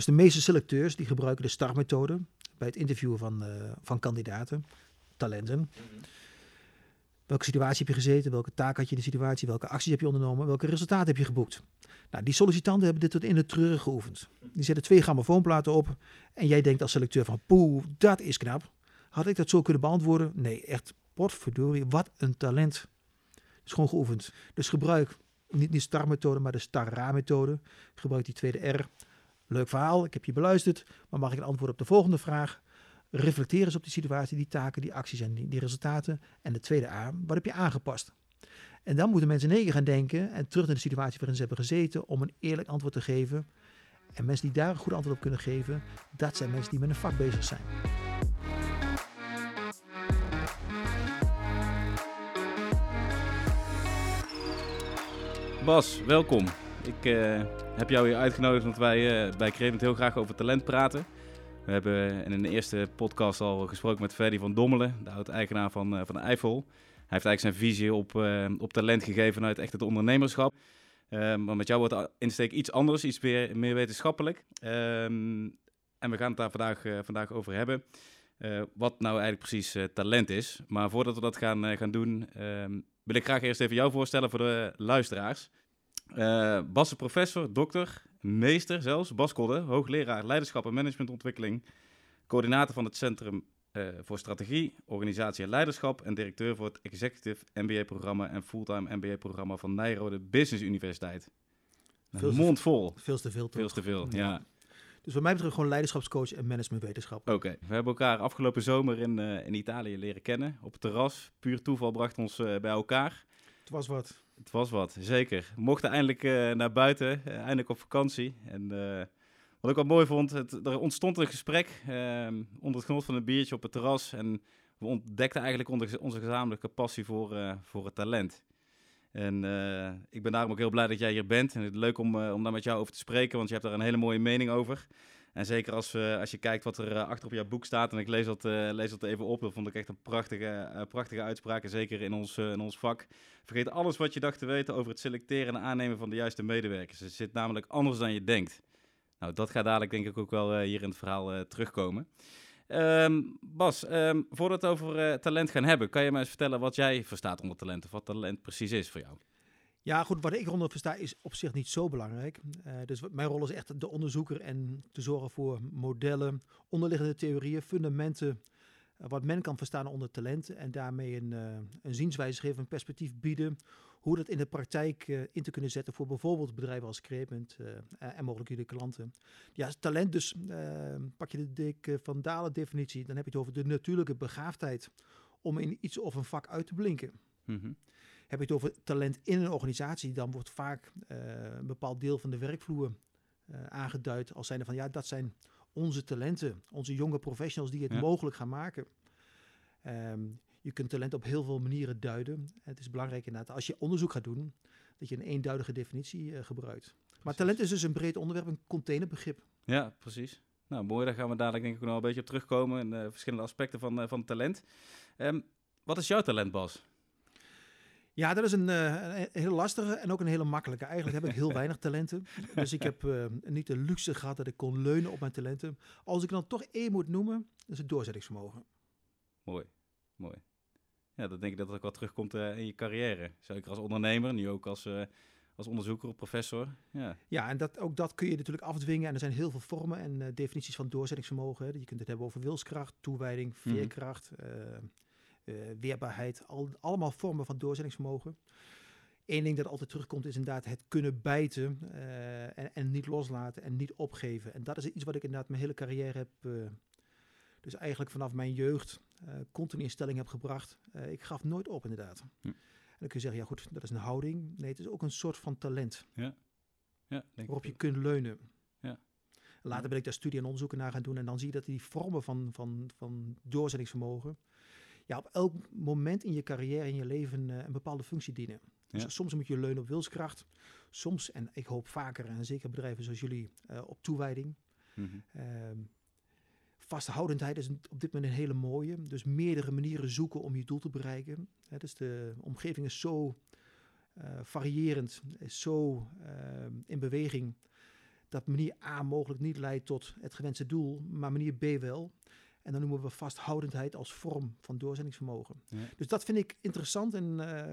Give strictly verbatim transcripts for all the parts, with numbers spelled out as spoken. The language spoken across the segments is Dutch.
Dus de meeste selecteurs die gebruiken de STAR-methode bij het interviewen van, uh, van kandidaten, talenten. Mm-hmm. Welke situatie heb je gezeten? Welke taak had je in de situatie? Welke acties heb je ondernomen? Welke resultaten heb je geboekt? Nou, die sollicitanten hebben dit tot in de treuren geoefend. Die zetten twee grammofoonplaten op en jij denkt als selecteur van poeh, dat is knap. Had ik dat zo kunnen beantwoorden? Nee, echt, potverdorie, wat een talent. Het is gewoon geoefend. Dus gebruik niet de STAR-methode, maar de STAR-R-methode. Gebruik die tweede R. Leuk verhaal, ik heb je beluisterd, maar mag ik een antwoord op de volgende vraag? Reflecteer eens op die situatie, die taken, die acties en die, die resultaten. En de tweede A, wat heb je aangepast? En dan moeten mensen negen gaan denken en terug naar de situatie waarin ze hebben gezeten om een eerlijk antwoord te geven. En mensen die daar een goed antwoord op kunnen geven, dat zijn mensen die met een vak bezig zijn. Bas, welkom. Ik uh, heb jou hier uitgenodigd omdat wij uh, bij Crevent heel graag over talent praten. We hebben in een eerste podcast al gesproken met Ferdy van Dommelen, de oud-eigenaar van, uh, van Eiffel. Hij heeft eigenlijk zijn visie op, uh, op talent gegeven vanuit echt het ondernemerschap. Uh, maar met jou wordt de insteek iets anders, iets meer, meer wetenschappelijk. Um, en we gaan het daar vandaag, uh, vandaag over hebben. Uh, wat nou eigenlijk precies uh, talent is. Maar voordat we dat gaan, uh, gaan doen, uh, wil ik graag eerst even jou voorstellen voor de luisteraars. Uh, Bas is professor, dokter, meester zelfs, Bas Kodde, hoogleraar leiderschap en managementontwikkeling, coördinator van het Centrum uh, voor Strategie, Organisatie en Leiderschap en directeur voor het Executive M B A-programma en Fulltime M B A-programma van Nijrode Business Universiteit. Een mond vol. Veel te veel, toch? Veel te veel, ja. ja. Dus wat mij betreft gewoon leiderschapscoach en managementwetenschap. Oké, okay. We hebben elkaar afgelopen zomer in, uh, in Italië leren kennen, op het terras. Puur toeval bracht ons uh, bij elkaar. Het was wat. Het was wat, zeker. We mochten eindelijk uh, naar buiten, uh, eindelijk op vakantie. En uh, wat ik wel mooi vond, het, er ontstond een gesprek uh, onder het genot van een biertje op het terras. En we ontdekten eigenlijk onze, onze gezamenlijke passie voor, uh, voor het talent. En uh, ik ben daarom ook heel blij dat jij hier bent. En het is leuk om, uh, om daar met jou over te spreken, want je hebt daar een hele mooie mening over. En zeker als, uh, als je kijkt wat er uh, achter op jouw boek staat, en ik lees dat, uh, lees dat even op, dat vond ik echt een prachtige, uh, prachtige uitspraak, en zeker in ons, uh, in ons vak. Vergeet alles wat je dacht te weten over het selecteren en aannemen van de juiste medewerkers. Het zit namelijk anders dan je denkt. Nou, dat gaat dadelijk denk ik ook wel uh, hier in het verhaal uh, terugkomen. Um, Bas, um, voordat we het over uh, talent gaan hebben, kan je me eens vertellen wat jij verstaat onder talent, of wat talent precies is voor jou? Ja, goed, wat ik eronder versta is op zich niet zo belangrijk. Uh, dus mijn rol is echt de onderzoeker en te zorgen voor modellen, onderliggende theorieën, fundamenten, uh, wat men kan verstaan onder talent en daarmee een, uh, een zienswijze geven, een perspectief bieden, hoe dat in de praktijk uh, in te kunnen zetten voor bijvoorbeeld bedrijven als Crevent uh, en mogelijk jullie klanten. Ja, talent dus, uh, pak je de Dick van Dalen definitie, dan heb je het over de natuurlijke begaafdheid om in iets of een vak uit te blinken. Mm-hmm. Heb je het over talent in een organisatie, dan wordt vaak uh, een bepaald deel van de werkvloer uh, aangeduid als zijnde van ja, dat zijn onze talenten, onze jonge professionals die het ja. mogelijk gaan maken. Um, je kunt talent op heel veel manieren duiden. Het is belangrijk inderdaad, als je onderzoek gaat doen, dat je een eenduidige definitie uh, gebruikt. Precies. Maar talent is dus een breed onderwerp, een containerbegrip. Ja, precies. Nou, mooi, daar gaan we dadelijk denk ik nog een beetje op terugkomen in uh, verschillende aspecten van, uh, van talent. Um, wat is jouw talent, Bas? Ja, dat is een, uh, een hele lastige en ook een hele makkelijke. Eigenlijk heb ik heel weinig talenten. Dus ik heb uh, niet de luxe gehad dat ik kon leunen op mijn talenten. Als ik dan toch één moet noemen, is het doorzettingsvermogen. Mooi, mooi. Ja, dan denk ik dat het ook wel terugkomt uh, in je carrière. Zeker als ondernemer, nu ook als, uh, als onderzoeker of professor. Ja, ja en dat, ook dat kun je natuurlijk afdwingen. En er zijn heel veel vormen en uh, definities van doorzettingsvermogen. Hè. Je kunt het hebben over wilskracht, toewijding, veerkracht... Mm-hmm. Uh, Uh, weerbaarheid, al, allemaal vormen van doorzettingsvermogen. Eén ding dat altijd terugkomt is inderdaad het kunnen bijten uh, en, en niet loslaten en niet opgeven. En dat is iets wat ik inderdaad mijn hele carrière heb, uh, dus eigenlijk vanaf mijn jeugd, uh, continu in stelling heb gebracht. Uh, ik gaf nooit op inderdaad. Hm. En dan kun je zeggen, ja goed, dat is een houding. Nee, het is ook een soort van talent. Ja. Ja, denk waarop ik. je kunt leunen. Ja. Later ben ik daar studie en onderzoeken naar gaan doen en dan zie je dat die vormen van, van, van doorzettingsvermogen ja, op elk moment in je carrière, in je leven, uh, een bepaalde functie dienen. Dus ja. Soms moet je leunen op wilskracht. Soms, en ik hoop vaker, en zeker bedrijven zoals jullie, uh, op toewijding. Mm-hmm. Uh, vasthoudendheid is op dit moment een hele mooie. Dus meerdere manieren zoeken om je doel te bereiken. Uh, dus de omgeving is zo uh, variërend, is zo uh, in beweging, dat manier A mogelijk niet leidt tot het gewenste doel, maar manier B wel. En dan noemen we vasthoudendheid als vorm van doorzettingsvermogen. Ja. Dus dat vind ik interessant. En, uh,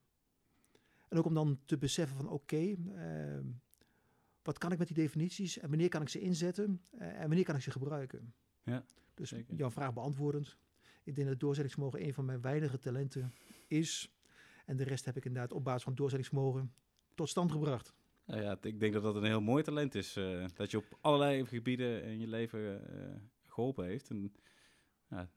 en ook om dan te beseffen van oké, okay, uh, wat kan ik met die definities? En wanneer kan ik ze inzetten? Uh, en wanneer kan ik ze gebruiken? Ja, dus zeker. Jouw vraag beantwoordend. Ik denk dat doorzettingsvermogen een van mijn weinige talenten is. En de rest heb ik inderdaad op basis van doorzettingsvermogen tot stand gebracht. Nou ja, ik denk dat dat een heel mooi talent is. Uh, dat je op allerlei gebieden in je leven uh, geholpen heeft. En, ja,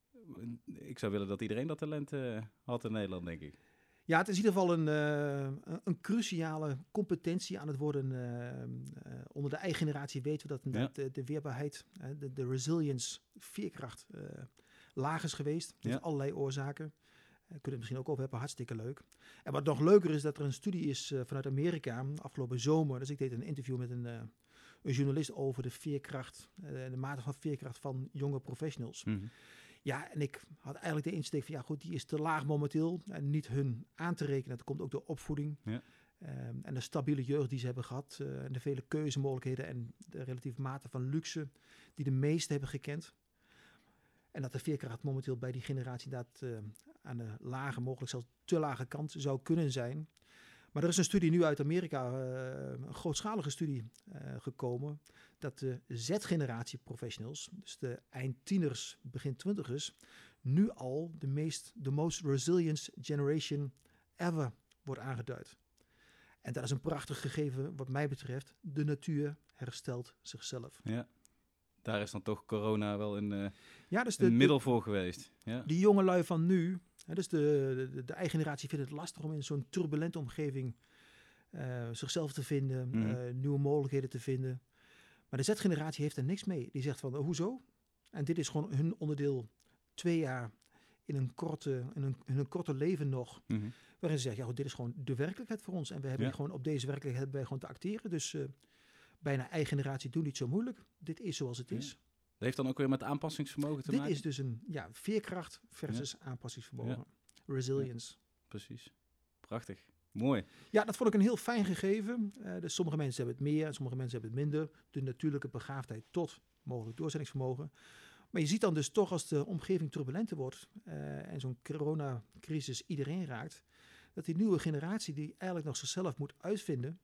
ik zou willen dat iedereen dat talent uh, had in Nederland, denk ik. Ja, het is in ieder geval een, uh, een cruciale competentie aan het worden. Uh, uh, onder de eigen generatie weten we dat ja. de, de weerbaarheid, uh, de, de resilience, veerkracht uh, laag is geweest. Dus ja. allerlei oorzaken. Daar kunnen we het misschien ook over hebben, hartstikke leuk. En wat nog leuker is dat er een studie is uh, vanuit Amerika afgelopen zomer. Dus ik deed een interview met een, uh, een journalist over de veerkracht, uh, de mate van veerkracht van jonge professionals. Mm-hmm. Ja, en ik had eigenlijk de insteek van ja goed, die is te laag momenteel. En niet hun aan te rekenen. Dat komt ook door opvoeding. Ja. Um, en de stabiele jeugd die ze hebben gehad. Uh, en de vele keuzemogelijkheden en de relatieve mate van luxe die de meesten hebben gekend. En dat de veerkracht momenteel bij die generatie inderdaad uh, aan de lage, mogelijk zelfs te lage kant zou kunnen zijn. Maar er is een studie nu uit Amerika, uh, een grootschalige studie uh, gekomen, dat de Z-generatie professionals, dus de eindtieners, begin twintigers, nu al de meest, de most resilient generation ever wordt aangeduid. En dat is een prachtig gegeven wat mij betreft. De natuur herstelt zichzelf. Ja. Daar is dan toch corona wel een, uh, ja, dus de, een middel voor geweest. Ja. Die jonge lui van nu, hè, dus de, de, de eigen generatie vindt het lastig om in zo'n turbulente omgeving uh, zichzelf te vinden, mm. uh, nieuwe mogelijkheden te vinden. Maar de Z-generatie heeft er niks mee. Die zegt van, uh, hoezo? En dit is gewoon hun onderdeel, twee jaar in een korte, in een, in een korte leven nog, mm-hmm. waarin ze zeggen, ja, goed, dit is gewoon de werkelijkheid voor ons. En we hebben ja. gewoon op deze werkelijkheid hebben wij gewoon te acteren. Dus uh, bijna eigen generatie doen niet zo moeilijk. Dit is zoals het ja. is. Dat heeft dan ook weer met aanpassingsvermogen te Dit maken? Dit is dus een ja, veerkracht versus ja. aanpassingsvermogen. Ja. Resilience. Ja, precies. Prachtig. Mooi. Ja, dat vond ik een heel fijn gegeven. Uh, dus sommige mensen hebben het meer en sommige mensen hebben het minder. De natuurlijke begaafdheid tot mogelijk doorzettingsvermogen. Maar je ziet dan dus toch als de omgeving turbulenter wordt uh, en zo'n coronacrisis iedereen raakt, dat die nieuwe generatie die eigenlijk nog zichzelf moet uitvinden,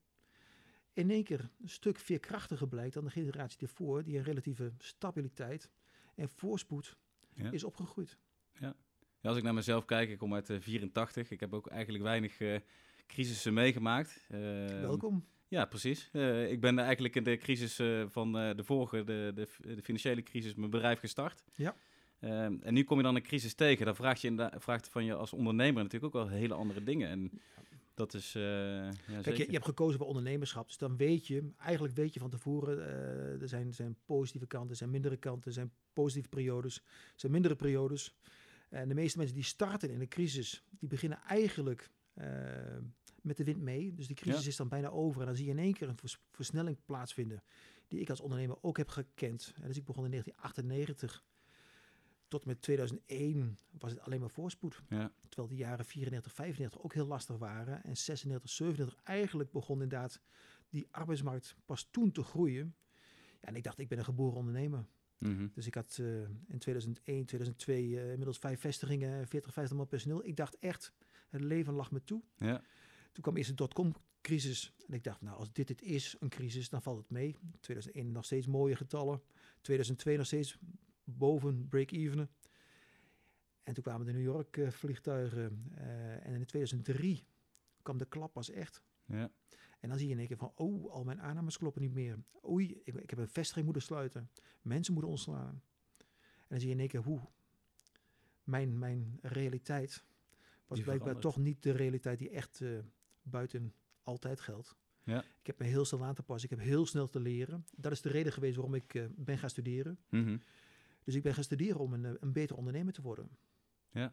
in één keer een stuk veerkrachtiger blijkt dan de generatie ervoor, die een relatieve stabiliteit en voorspoed ja. is opgegroeid. Ja. Ja, als ik naar mezelf kijk, ik kom uit uh, vierentachtig. Ik heb ook eigenlijk weinig uh, crisissen meegemaakt. Uh, Welkom. Ja, precies. Uh, ik ben eigenlijk in de crisis uh, van uh, de vorige, de, de, de financiële crisis, mijn bedrijf gestart. Ja. Uh, en nu kom je dan een crisis tegen. Dan vraagt je, inda- vraagt van je als ondernemer natuurlijk ook wel hele andere dingen. En dat is uh, ja, Kijk, je, je hebt gekozen voor ondernemerschap. Dus dan weet je, eigenlijk weet je van tevoren, uh, er, zijn, er zijn positieve kanten, er zijn mindere kanten, er zijn positieve periodes, er zijn mindere periodes. En de meeste mensen die starten in een crisis, die beginnen eigenlijk uh, met de wind mee. Dus die crisis ja. is dan bijna over. En dan zie je in één keer een vers- versnelling plaatsvinden, die ik als ondernemer ook heb gekend. En dus ik begon in negentien achtennegentig. Tot met tweeduizend één was het alleen maar voorspoed. Ja. Terwijl de jaren vierennegentig, vijfennegentig ook heel lastig waren. En zesennegentig, zevenennegentig eigenlijk begon inderdaad die arbeidsmarkt pas toen te groeien. Ja, en ik dacht, ik ben een geboren ondernemer. Mm-hmm. Dus ik had uh, in tweeduizend één, tweeduizend twee uh, inmiddels vijf vestigingen, veertig, vijftig man personeel. Ik dacht echt, het leven lag me toe. Ja. Toen kwam eerst de dotcom-crisis. En ik dacht, nou, als dit het is, een crisis, dan valt het mee. tweeduizend één nog steeds mooie getallen. tweeduizend twee nog steeds boven break-even. En toen kwamen de New York uh, vliegtuigen. Uh, en in tweeduizend drie kwam de klap pas echt. Ja. En dan zie je in één keer van, oh, al mijn aannames kloppen niet meer. Oei, ik, ik heb een vestiging moeten sluiten. Mensen moeten ontslaan. En dan zie je in één keer hoe mijn, mijn realiteit was die blijkbaar verandert. Toch niet de realiteit die echt uh, buiten altijd geldt. Ja. Ik heb me heel snel aan te passen. Ik heb heel snel te leren. Dat is de reden geweest waarom ik uh, ben gaan studeren. Mm-hmm. Dus ik ben gaan studeren om een, een beter ondernemer te worden. Ja.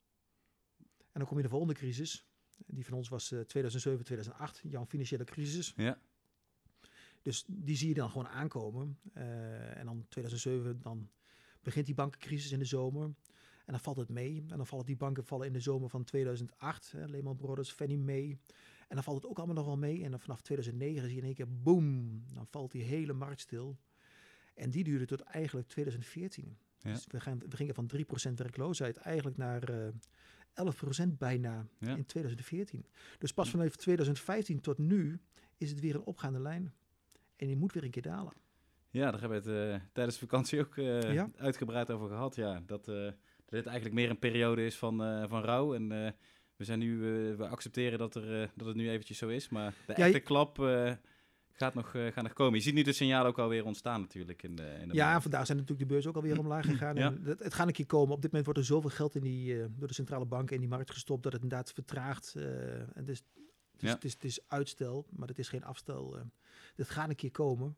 En dan kom je de volgende crisis. Die van ons was uh, tweeduizend zeven, tweeduizend acht, jouw financiële crisis. Ja. Dus die zie je dan gewoon aankomen. Uh, en dan tweeduizend zeven, dan begint die bankencrisis in de zomer. En dan valt het mee. En dan vallen die banken vallen in de zomer van tweeduizend acht. Hè, Lehman Brothers, Fannie Mae. En dan valt het ook allemaal nog wel mee. En dan vanaf tweeduizend negen zie je in één keer, boom, dan valt die hele markt stil. En die duurde tot eigenlijk tweeduizend veertien. Ja. Dus we, gaan, we gingen van drie procent werkloosheid eigenlijk naar uh, elf procent bijna ja. in tweeduizend veertien. Dus pas vanaf tweeduizend vijftien tot nu is het weer een opgaande lijn. En die moet weer een keer dalen. Ja, daar hebben we het uh, tijdens de vakantie ook uh, ja. uitgebreid over gehad. Ja, dat, uh, dat dit eigenlijk meer een periode is van, uh, van rouw. En uh, we zijn nu, uh, we accepteren dat, er, uh, dat het nu eventjes zo is. Maar de ja, echte je... klap uh, gaat, nog, uh, gaat nog komen. Je ziet nu de signalen ook alweer ontstaan natuurlijk. In de, in de ja, en vandaag zijn natuurlijk de beurs ook alweer omlaag gegaan. Ja. En het, het gaat een keer komen. Op dit moment wordt er zoveel geld in die, uh, door de centrale banken in die markt gestopt dat het inderdaad vertraagt. Uh, en dus, dus, ja. het, is, het is uitstel, maar het is geen afstel. Uh, het gaat een keer komen.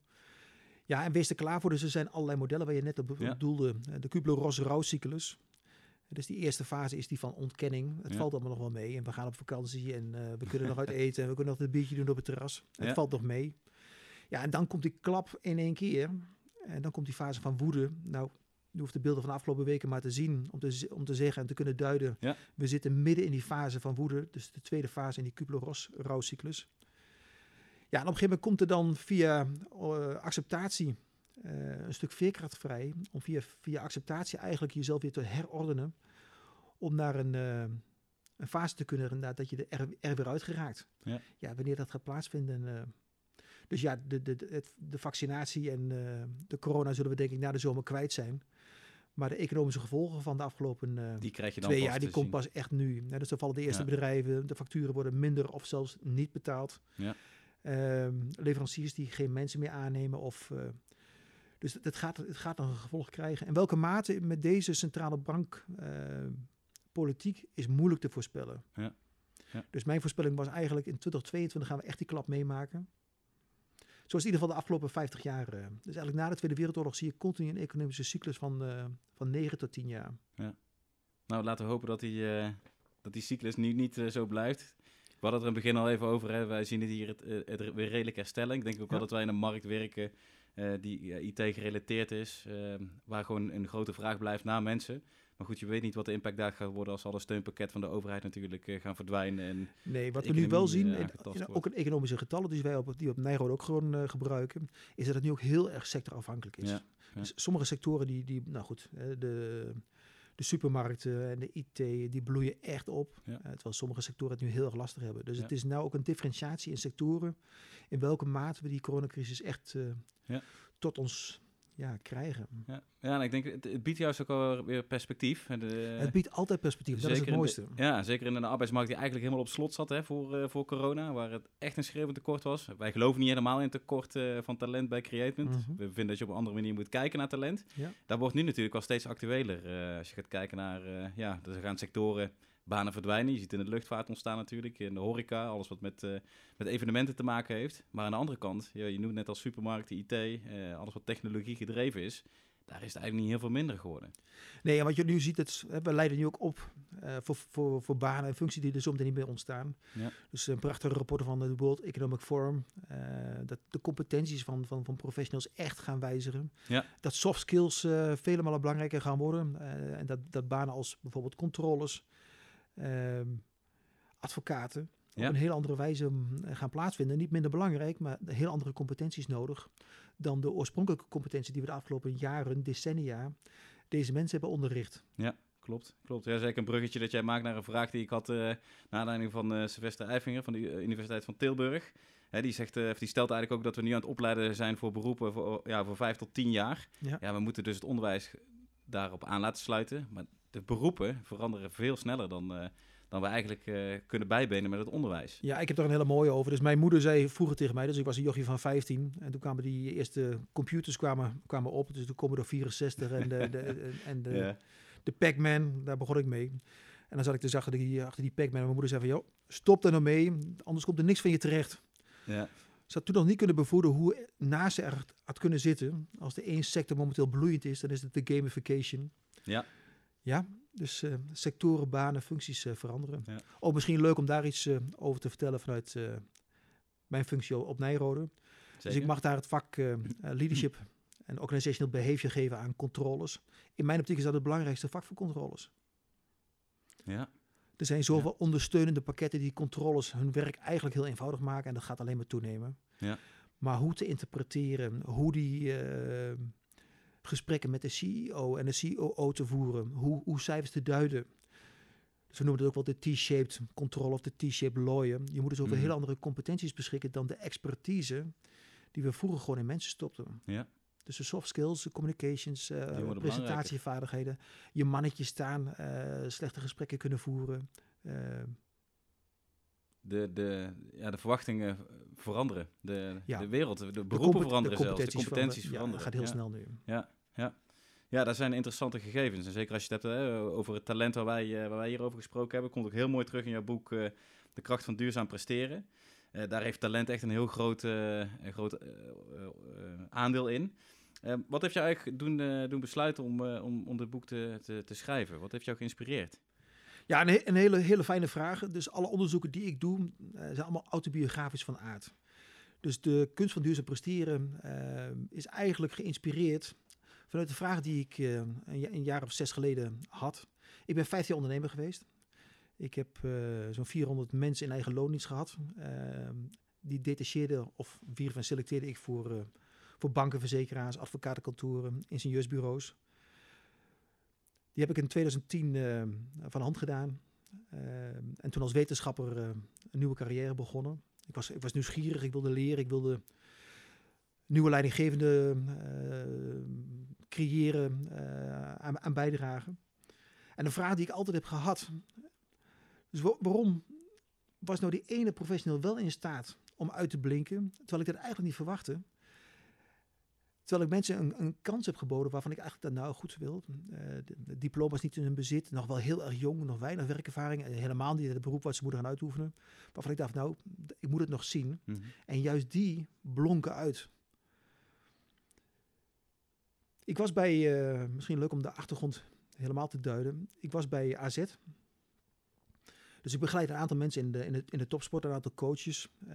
Ja, en wees er klaar voor. Dus er zijn allerlei modellen waar je net op ja. doelde. De Kubler-Ross-rouwcyclus. Dus die eerste fase is die van ontkenning. Het ja. valt allemaal nog wel mee. En we gaan op vakantie en uh, we kunnen nog uit eten. En we kunnen nog een biertje doen op het terras. Het ja. valt nog mee. Ja, en dan komt die klap in één keer. En dan komt die fase van woede. Nou, je hoeft de beelden van de afgelopen weken maar te zien. Om te, om te zeggen en te kunnen duiden. Ja. We zitten midden in die fase van woede. Dus de tweede fase in die Kubler-Ross-rouwcyclus. Ja, en op een gegeven moment komt er dan via uh, acceptatie uh, een stuk veerkracht vrij. Om via, via acceptatie eigenlijk jezelf weer te herordenen. Om naar een, uh, een fase te kunnen inderdaad dat je er, er weer uit geraakt. Ja. ja, wanneer dat gaat plaatsvinden. Uh, dus ja, de, de, de, de vaccinatie en uh, de corona zullen we denk ik na de zomer kwijt zijn. Maar de economische gevolgen van de afgelopen uh, die krijg je dan twee jaar, die komt pas echt nu. Ja, dus dan vallen de eerste ja. bedrijven, de facturen worden minder of zelfs niet betaald. Ja. Uh, leveranciers die geen mensen meer aannemen. Of, uh, dus het gaat, het gaat nog een gevolg krijgen. En welke mate met deze centrale bank uh, politiek is moeilijk te voorspellen. Ja. Ja. Dus mijn voorspelling was eigenlijk in twintig tweeëntwintig gaan we echt die klap meemaken. Zoals in ieder geval de afgelopen vijftig jaar. Uh, dus eigenlijk na de Tweede Wereldoorlog zie je continu een economische cyclus van, uh, van negen tot tien jaar. Ja. Nou, laten we hopen dat die, uh, dat die cyclus nu niet uh, zo blijft. We hadden het er in het begin al even over. Hè. Wij zien het hier het, het weer redelijk herstellen. Ik denk ook ja. wel dat wij in een markt werken uh, die uh, I T gerelateerd is. Uh, waar gewoon een grote vraag blijft naar mensen. Maar goed, je weet niet wat de impact daar gaat worden als al het steunpakket van de overheid natuurlijk uh, gaan verdwijnen. En nee, wat we nu wel zien, uh, en, ook in economische getallen die wij op, die op Nijrode ook gewoon uh, gebruiken, is dat het nu ook heel erg sectorafhankelijk is. Ja. Ja. Dus sommige sectoren die, die nou goed, de... De supermarkten en de I T, die bloeien echt op. Ja. Uh, terwijl sommige sectoren het nu heel erg lastig hebben. Dus ja. het is nou ook een differentiatie in sectoren. In welke mate we die coronacrisis echt uh, ja. tot ons ja, krijgen. Ja. ja, en ik denk, het, het biedt juist ook wel weer perspectief. De, het biedt altijd perspectief, dat is het mooiste. De, ja, zeker in een arbeidsmarkt die eigenlijk helemaal op slot zat hè, voor, uh, voor corona. Waar het echt een schreeuwend tekort was. Wij geloven niet helemaal in het tekort uh, van talent bij Createment. Mm-hmm. We vinden dat je op een andere manier moet kijken naar talent. Ja. Dat wordt nu natuurlijk al steeds actueler. Uh, als je gaat kijken naar, uh, ja, er gaan sectoren... banen verdwijnen. Je ziet in de luchtvaart ontstaan natuurlijk, in de horeca, alles wat met, uh, met evenementen te maken heeft. Maar aan de andere kant, ja, je noemt net als supermarkten, I T, uh, alles wat technologie gedreven is, daar is het eigenlijk niet heel veel minder geworden. Nee, en wat je nu ziet, het, we leiden nu ook op uh, voor, voor, voor banen en functies die er zometeen niet meer ontstaan. Ja. Dus een prachtige rapport van de World Economic Forum, uh, dat de competenties van, van, van professionals echt gaan wijzigen. Ja. Dat soft skills uh, vele malen belangrijker gaan worden. Uh, en dat, dat banen als bijvoorbeeld controles, Uh, advocaten ja. op een heel andere wijze gaan plaatsvinden. Niet minder belangrijk, maar heel andere competenties nodig dan de oorspronkelijke competentie die we de afgelopen jaren, decennia, deze mensen hebben onderricht. Ja, klopt. klopt. Ja, zeker een bruggetje dat jij maakt naar een vraag die ik had uh, naar aanleiding van uh, Sylvester Eifinger van de uh, Universiteit van Tilburg. Hè, die, zegt, uh, die stelt eigenlijk ook dat we nu aan het opleiden zijn voor beroepen voor, ja, voor vijf tot tien jaar. Ja. Ja, we moeten dus het onderwijs daarop aan laten sluiten, maar de beroepen veranderen veel sneller dan, uh, dan we eigenlijk uh, kunnen bijbenen met het onderwijs. Ja, ik heb daar een hele mooie over. Dus mijn moeder zei vroeger tegen mij, dus ik was een jochie van vijftien. En toen kwamen die eerste computers kwamen, kwamen op. Dus de Commodore vierenzestig en de, de, en de, ja. de Pac-Man, daar begon ik mee. En dan zat ik dus achter die, achter die Pac-Man. En mijn moeder zei van, joh, stop daar nou mee, anders komt er niks van je terecht. Ja. Ze had toen nog niet kunnen bevoeden hoe naast ze er had kunnen zitten. Als de één sector momenteel bloeiend is, dan is het de gamification. Ja. Ja, dus uh, sectoren, banen, functies uh, veranderen. Ja. Ook misschien leuk om daar iets uh, over te vertellen vanuit uh, mijn functie op Nijrode. Zeker. Dus ik mag daar het vak uh, leadership en organizational behavior geven aan controles. In mijn optiek is dat het belangrijkste vak voor controles. Ja. Er zijn zoveel ja. ondersteunende pakketten die controles hun werk eigenlijk heel eenvoudig maken. En dat gaat alleen maar toenemen. Ja. Maar hoe te interpreteren, hoe die uh, gesprekken met de C E O en de C O O te voeren, hoe, hoe cijfers te duiden. Dus we noemen het ook wel de T-shaped control of de T-shaped lawyer. Je moet dus over mm. heel andere competenties beschikken dan de expertise die we vroeger gewoon in mensen stopten. Ja. Dus de soft skills, de communications, uh, presentatievaardigheden, je mannetje staan, uh, slechte gesprekken kunnen voeren. Uh, de, de, ja, de verwachtingen veranderen, de, ja. de wereld, de beroepen de compet- veranderen de zelfs, de competenties veranderen. Ja, dat gaat heel ja. snel nu. Ja, ja. Ja, dat zijn interessante gegevens. En zeker als je het hebt hè, over het talent waar wij, uh, waar wij hierover gesproken hebben, komt ook heel mooi terug in jouw boek uh, De kracht van duurzaam presteren. Uh, daar heeft talent echt een heel groot, uh, een groot uh, uh, uh, aandeel in. Uh, wat heeft jou eigenlijk doen, uh, doen besluiten om, uh, om, om dit boek te, te, te schrijven? Wat heeft jou geïnspireerd? Ja, een, een hele, hele fijne vraag. Dus alle onderzoeken die ik doe, uh, zijn allemaal autobiografisch van aard. Dus de kunst van duurzaam presteren uh, is eigenlijk geïnspireerd vanuit de vraag die ik uh, een, een jaar of zes geleden had. Ik ben vijf jaar ondernemer geweest. Ik heb uh, zo'n vierhonderd mensen in eigen loondienst gehad. Uh, die detacheerde of wierf en selecteerde ik voor, uh, voor banken, verzekeraars, advocatenkantoren, ingenieursbureaus. Die heb ik in twintig tien uh, van hand gedaan. Uh, en toen als wetenschapper uh, een nieuwe carrière begonnen. Ik was, ik was nieuwsgierig, ik wilde leren, ik wilde nieuwe leidinggevende uh, creëren, uh, aan, aan bijdragen. En de vraag die ik altijd heb gehad, dus wa- waarom was nou die ene professional wel in staat om uit te blinken, terwijl ik dat eigenlijk niet verwachtte? Terwijl ik mensen een, een kans heb geboden waarvan ik eigenlijk dat nou goed wil. Uh, de, de diploma's niet in hun bezit, nog wel heel erg jong, nog weinig werkervaring. En helemaal niet het beroep wat ze moeten gaan uitoefenen. Waarvan ik dacht, nou, ik moet het nog zien. Mm-hmm. En juist die blonken uit. Ik was bij, uh, misschien leuk om de achtergrond helemaal te duiden. Ik was bij A Z. Dus ik begeleid een aantal mensen in de, in de, in de topsport, een aantal coaches. Uh,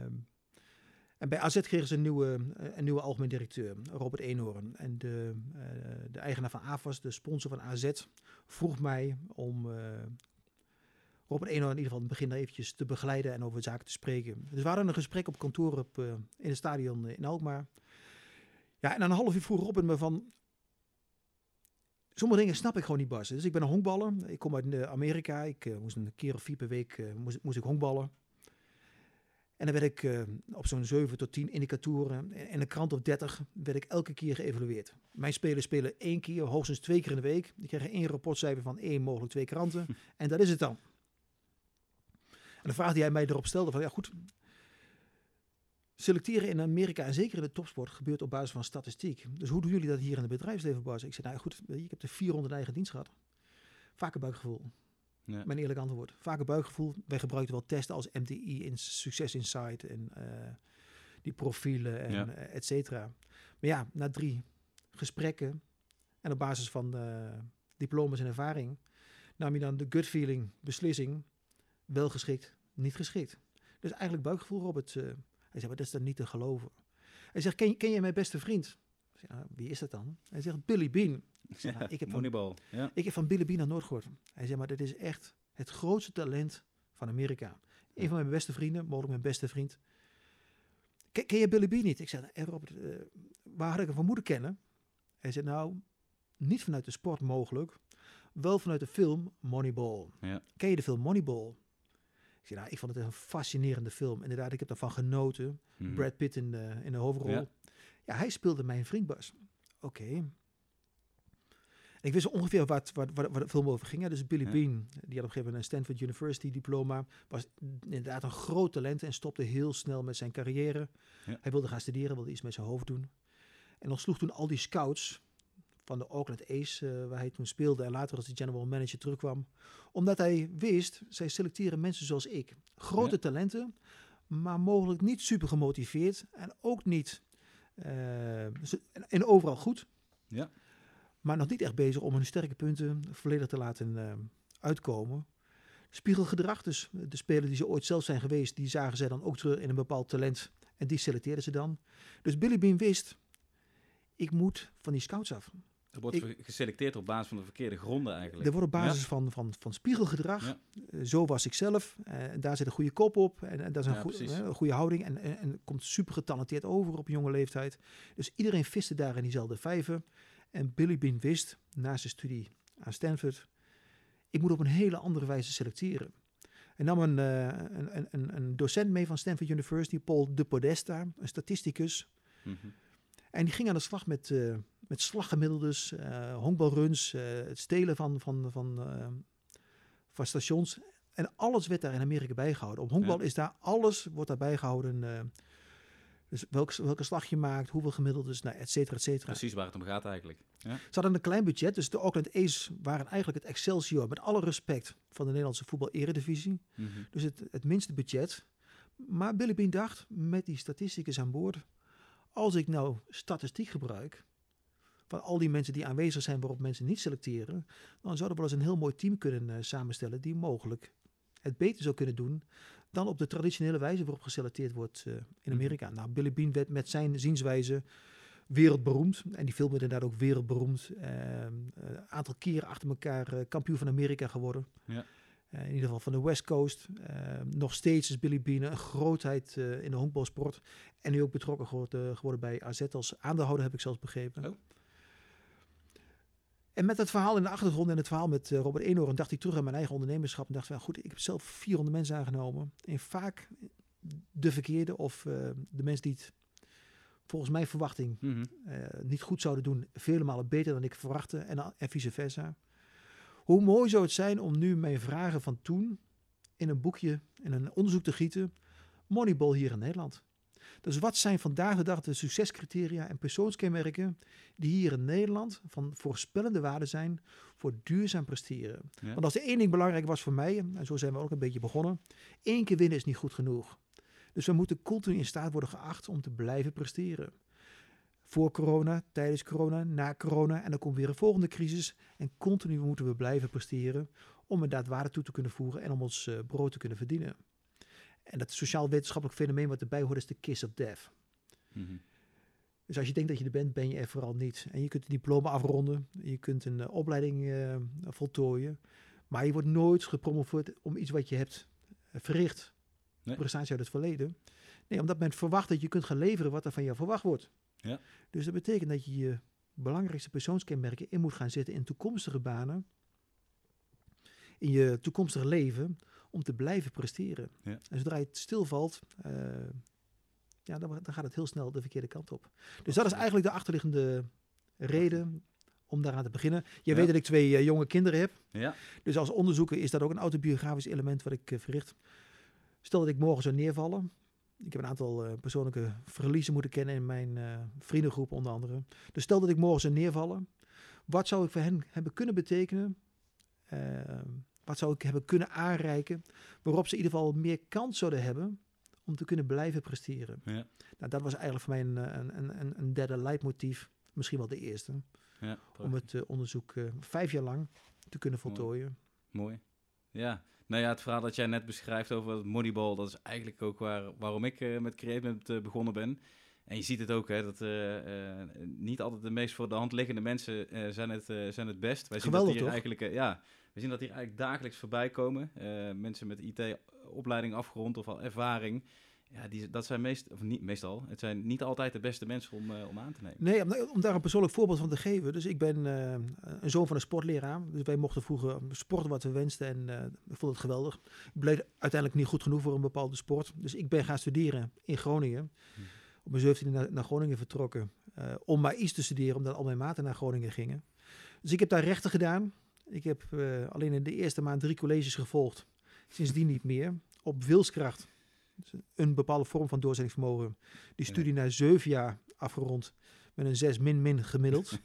En bij A Z kregen ze een nieuwe, een nieuwe algemeen directeur, Robert Eenhoorn. En de, uh, de eigenaar van A F A S, de sponsor van A Z, vroeg mij om uh, Robert Eenhoorn in ieder geval in het begin eventjes te begeleiden en over zaken te spreken. Dus we hadden een gesprek op kantoor op, uh, in het stadion in Alkmaar. Ja, en na een half uur vroeg Robert me van, sommige dingen snap ik gewoon niet, Bas. Dus ik ben een honkballer, ik kom uit Amerika, ik uh, moest een keer of vier per week uh, moest, moest ik honkballen. En dan werd ik uh, op zo'n zeven tot tien indicatoren en een krant of dertig werd ik elke keer geëvalueerd. Mijn spelers spelen één keer, hoogstens twee keer in de week. Die krijgen één rapportcijfer van één, mogelijk twee kranten. Hm. En dat is het dan. En de vraag die hij mij erop stelde van, ja goed, selecteren in Amerika en zeker in de topsport gebeurt op basis van statistiek. Dus hoe doen jullie dat hier in het bedrijfsleven, Bas? Ik zei, nou goed, ik heb er vierhonderd eigen dienst gehad. Vaak een buikgevoel. Ja. Mijn eerlijk antwoord. Vaak een buikgevoel. Wij gebruikten wel testen als M T I, in Success Insight en uh, die profielen en ja. uh, et cetera. Maar ja, na drie gesprekken en op basis van uh, diploma's en ervaring nam je dan de gut feeling beslissing, wel geschikt, niet geschikt. Dus eigenlijk buikgevoel, Robert. Uh, hij zei, maar dat is dan niet te geloven. Hij zegt, ken, ken je mijn beste vriend? Ik zeg, nou, wie is dat dan? Hij zegt, Billy Beane. Ik, zeg, nou, ik, heb van, ja. ik heb van Billy Beane nog nooit gehoord. Hij zei, maar dit is echt het grootste talent van Amerika. Een ja. van mijn beste vrienden, mogelijk mijn beste vriend. Ken, ken je Billy Beane niet? Ik zei, hey Robert, uh, waar had ik hem van moeten kennen? Hij zei, nou, niet vanuit de sport mogelijk, wel vanuit de film Moneyball. Ja. Ken je de film Moneyball? Ik zei, nou, ik vond het een fascinerende film. Inderdaad, ik heb daarvan genoten. Hmm. Brad Pitt in de, in de hoofdrol. Ja. ja, hij speelde mijn vriend Bas. Oké. Okay. Ik wist ongeveer wat, wat, wat, wat de film over ging. Dus Billy ja. Beane, die had op een gegeven moment een Stanford University diploma, was inderdaad een groot talent en stopte heel snel met zijn carrière. Ja. Hij wilde gaan studeren, wilde iets met zijn hoofd doen. En dan sloeg toen al die scouts van de Oakland A's, uh, waar hij toen speelde en later als de general manager terugkwam. Omdat hij wist, zij selecteren mensen zoals ik. Grote ja. talenten, maar mogelijk niet super gemotiveerd en ook niet uh, en overal goed. Ja. Maar nog niet echt bezig om hun sterke punten volledig te laten uh, uitkomen. Spiegelgedrag, dus de spelers die ze ooit zelf zijn geweest, die zagen zij dan ook terug in een bepaald talent. En die selecteerden ze dan. Dus Billy Beane wist, ik moet van die scouts af. Er wordt ik, geselecteerd op basis van de verkeerde gronden eigenlijk. Er wordt op basis ja. van, van, van spiegelgedrag. Ja. Uh, zo was ik zelf. Uh, daar zit een goede kop op. En, en dat is een, ja, goe, uh, een goede houding. En, en, en komt super getalenteerd over op een jonge leeftijd. Dus iedereen viste daar in diezelfde vijver. En Billy Beane wist, na zijn studie aan Stanford, ik moet op een hele andere wijze selecteren. Hij nam een, uh, een, een, een docent mee van Stanford University, Paul de Podesta, een statisticus. Mm-hmm. En die ging aan de slag met, uh, met slaggemiddeldes, uh, honkbalruns, uh, het stelen van, van, van, uh, van stations. En alles werd daar in Amerika bijgehouden. Op honkbal ja. is daar alles, wordt daar bijgehouden. Uh, dus welke, welke slag je maakt, hoeveel gemiddeldes, nou, et cetera, et cetera. Precies waar het om gaat eigenlijk. Ja. Ze hadden een klein budget, dus de Oakland A's waren eigenlijk het Excelsior, met alle respect, van de Nederlandse voetbal-eredivisie. Mm-hmm. Dus het, het minste budget. Maar Billy Beane dacht, met die statisticus aan boord, als ik nou statistiek gebruik van al die mensen die aanwezig zijn waarop mensen niet selecteren, dan zouden we wel eens een heel mooi team kunnen uh, samenstellen die mogelijk het beter zou kunnen doen dan op de traditionele wijze waarop geselecteerd wordt uh, in Amerika. Nou, Billy Beane werd met zijn zienswijze wereldberoemd. En die film werd inderdaad ook wereldberoemd. Een uh, uh, aantal keren achter elkaar uh, kampioen van Amerika geworden. Ja. Uh, in ieder geval van de West Coast. Uh, nog steeds is Billy Beane een grootheid uh, in de honkbalsport. En nu ook betrokken geworden, uh, geworden bij A Z als aandeelhouder, heb ik zelfs begrepen. Oh. En met dat verhaal in de achtergrond en het verhaal met uh, Robert Eenhoorn dacht ik terug aan mijn eigen ondernemerschap. En dacht van, goed, ik heb zelf vierhonderd mensen aangenomen. En vaak de verkeerde of uh, de mensen die het volgens mijn verwachting mm-hmm. uh, niet goed zouden doen, vele malen beter dan ik verwachtte en, en vice versa. Hoe mooi zou het zijn om nu mijn vragen van toen in een boekje, in een onderzoek te gieten, Moneyball hier in Nederland. Dus wat zijn vandaag de dag de succescriteria en persoonskenmerken die hier in Nederland van voorspellende waarde zijn voor duurzaam presteren? Ja. Want als er één ding belangrijk was voor mij, en zo zijn we ook een beetje begonnen, één keer winnen is niet goed genoeg. Dus we moeten continu in staat worden geacht om te blijven presteren. Voor corona, tijdens corona, na corona en dan komt weer een volgende crisis. En continu moeten we blijven presteren om inderdaad waarde toe te kunnen voegen en om ons uh, brood te kunnen verdienen. En dat sociaal-wetenschappelijk fenomeen wat erbij hoort is de kiss of death. Mm-hmm. Dus als je denkt dat je er bent, ben je er vooral niet. En je kunt een diploma afronden, je kunt een uh, opleiding uh, voltooien, maar je wordt nooit gepromoveerd om iets wat je hebt uh, verricht. Nee. Prestatie uit het verleden. Nee, omdat men verwacht dat je kunt gaan leveren wat er van jou verwacht wordt. Ja. Dus dat betekent dat je je belangrijkste persoonskenmerken in moet gaan zetten in toekomstige banen, in je toekomstige leven, om te blijven presteren. Ja. En zodra je het stilvalt, uh, ja, dan, dan gaat het heel snel de verkeerde kant op. Dus dat is eigenlijk de achterliggende reden om daaraan te beginnen. Je ja. weet dat ik twee uh, jonge kinderen heb. Ja. Dus als onderzoeker is dat ook een autobiografisch element wat ik uh, verricht. Stel dat ik morgen zou neervallen. Ik heb een aantal uh, persoonlijke verliezen moeten kennen in mijn uh, vriendengroep onder andere. Dus stel dat ik morgen zou neervallen. Wat zou ik voor hen hebben kunnen betekenen? Uh, wat zou ik hebben kunnen aanreiken? Waarop ze in ieder geval meer kans zouden hebben om te kunnen blijven presteren. Ja. Nou, dat was eigenlijk voor mij een, een, een, een derde leidmotief. Misschien wel de eerste. Ja, om het uh, onderzoek uh, vijf jaar lang te kunnen voltooien. Mooi. Mooi. Ja. Nou ja, het verhaal dat jij net beschrijft over het Moneyball, dat is eigenlijk ook waar, waarom ik uh, met Create uh, begonnen ben. En je ziet het ook, hè, dat uh, uh, niet altijd de meest voor de hand liggende mensen uh, zijn, het, uh, zijn het best. Wij zien Geweldig, dat hier toch? Eigenlijk, uh, ja, we zien dat hier eigenlijk dagelijks voorbij komen. Uh, mensen met I T-opleiding afgerond of al ervaring. Ja, die, dat zijn meest, of niet, meestal, het zijn niet altijd de beste mensen om, uh, om aan te nemen. Nee, om, om daar een persoonlijk voorbeeld van te geven. Dus ik ben uh, een zoon van een sportleraar. Dus wij mochten vroeger sporten wat we wensten en uh, ik vond het geweldig. Ik bleef uiteindelijk niet goed genoeg voor een bepaalde sport. Dus ik ben gaan studeren in Groningen. Hmm. Op mijn zeventiende naar, naar Groningen vertrokken. Uh, om maar iets te studeren, omdat al mijn maten naar Groningen gingen. Dus ik heb daar rechten gedaan. Ik heb uh, alleen in de eerste maand drie colleges gevolgd. Sindsdien niet meer. Op wilskracht. Een bepaalde vorm van doorzettingsvermogen. Die studie ja. na zeven jaar afgerond met een zes min min gemiddeld.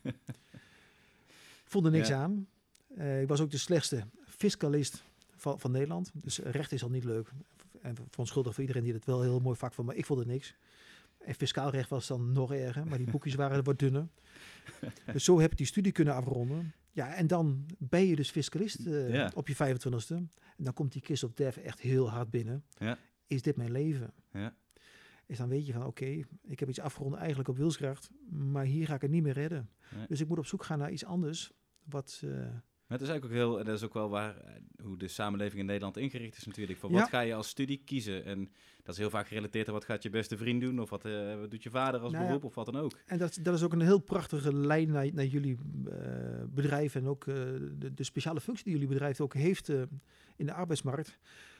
Vond er niks ja. aan. Uh, ik was ook de slechtste fiscalist van, van Nederland. Dus recht is al niet leuk. En verontschuldig voor iedereen die het wel een heel mooi vak vond, maar ik vond het niks. En fiscaal recht was dan nog erger, maar die boekjes waren wat dunner. Dus zo heb ik die studie kunnen afronden. Ja, en dan ben je dus fiscalist uh, ja. op je vijfentwintigste. En dan komt die kiss of death echt heel hard binnen. Ja. Is dit mijn leven? Ja. is dan weet je van oké, okay, ik heb iets afgerond eigenlijk op wilskracht, maar hier ga ik het niet meer redden. Nee. Dus ik moet op zoek gaan naar iets anders. Wat, uh, maar het is eigenlijk ook heel, dat is ook wel waar, hoe de samenleving in Nederland ingericht is natuurlijk. Van ja. Wat ga je als studie kiezen? En dat is heel vaak gerelateerd aan wat gaat je beste vriend doen, of wat, uh, wat doet je vader als nou beroep, ja. of wat dan ook. En dat, dat is ook een heel prachtige lijn naar, naar jullie uh, bedrijf en ook uh, de, de speciale functie die jullie bedrijf ook heeft uh, in de arbeidsmarkt.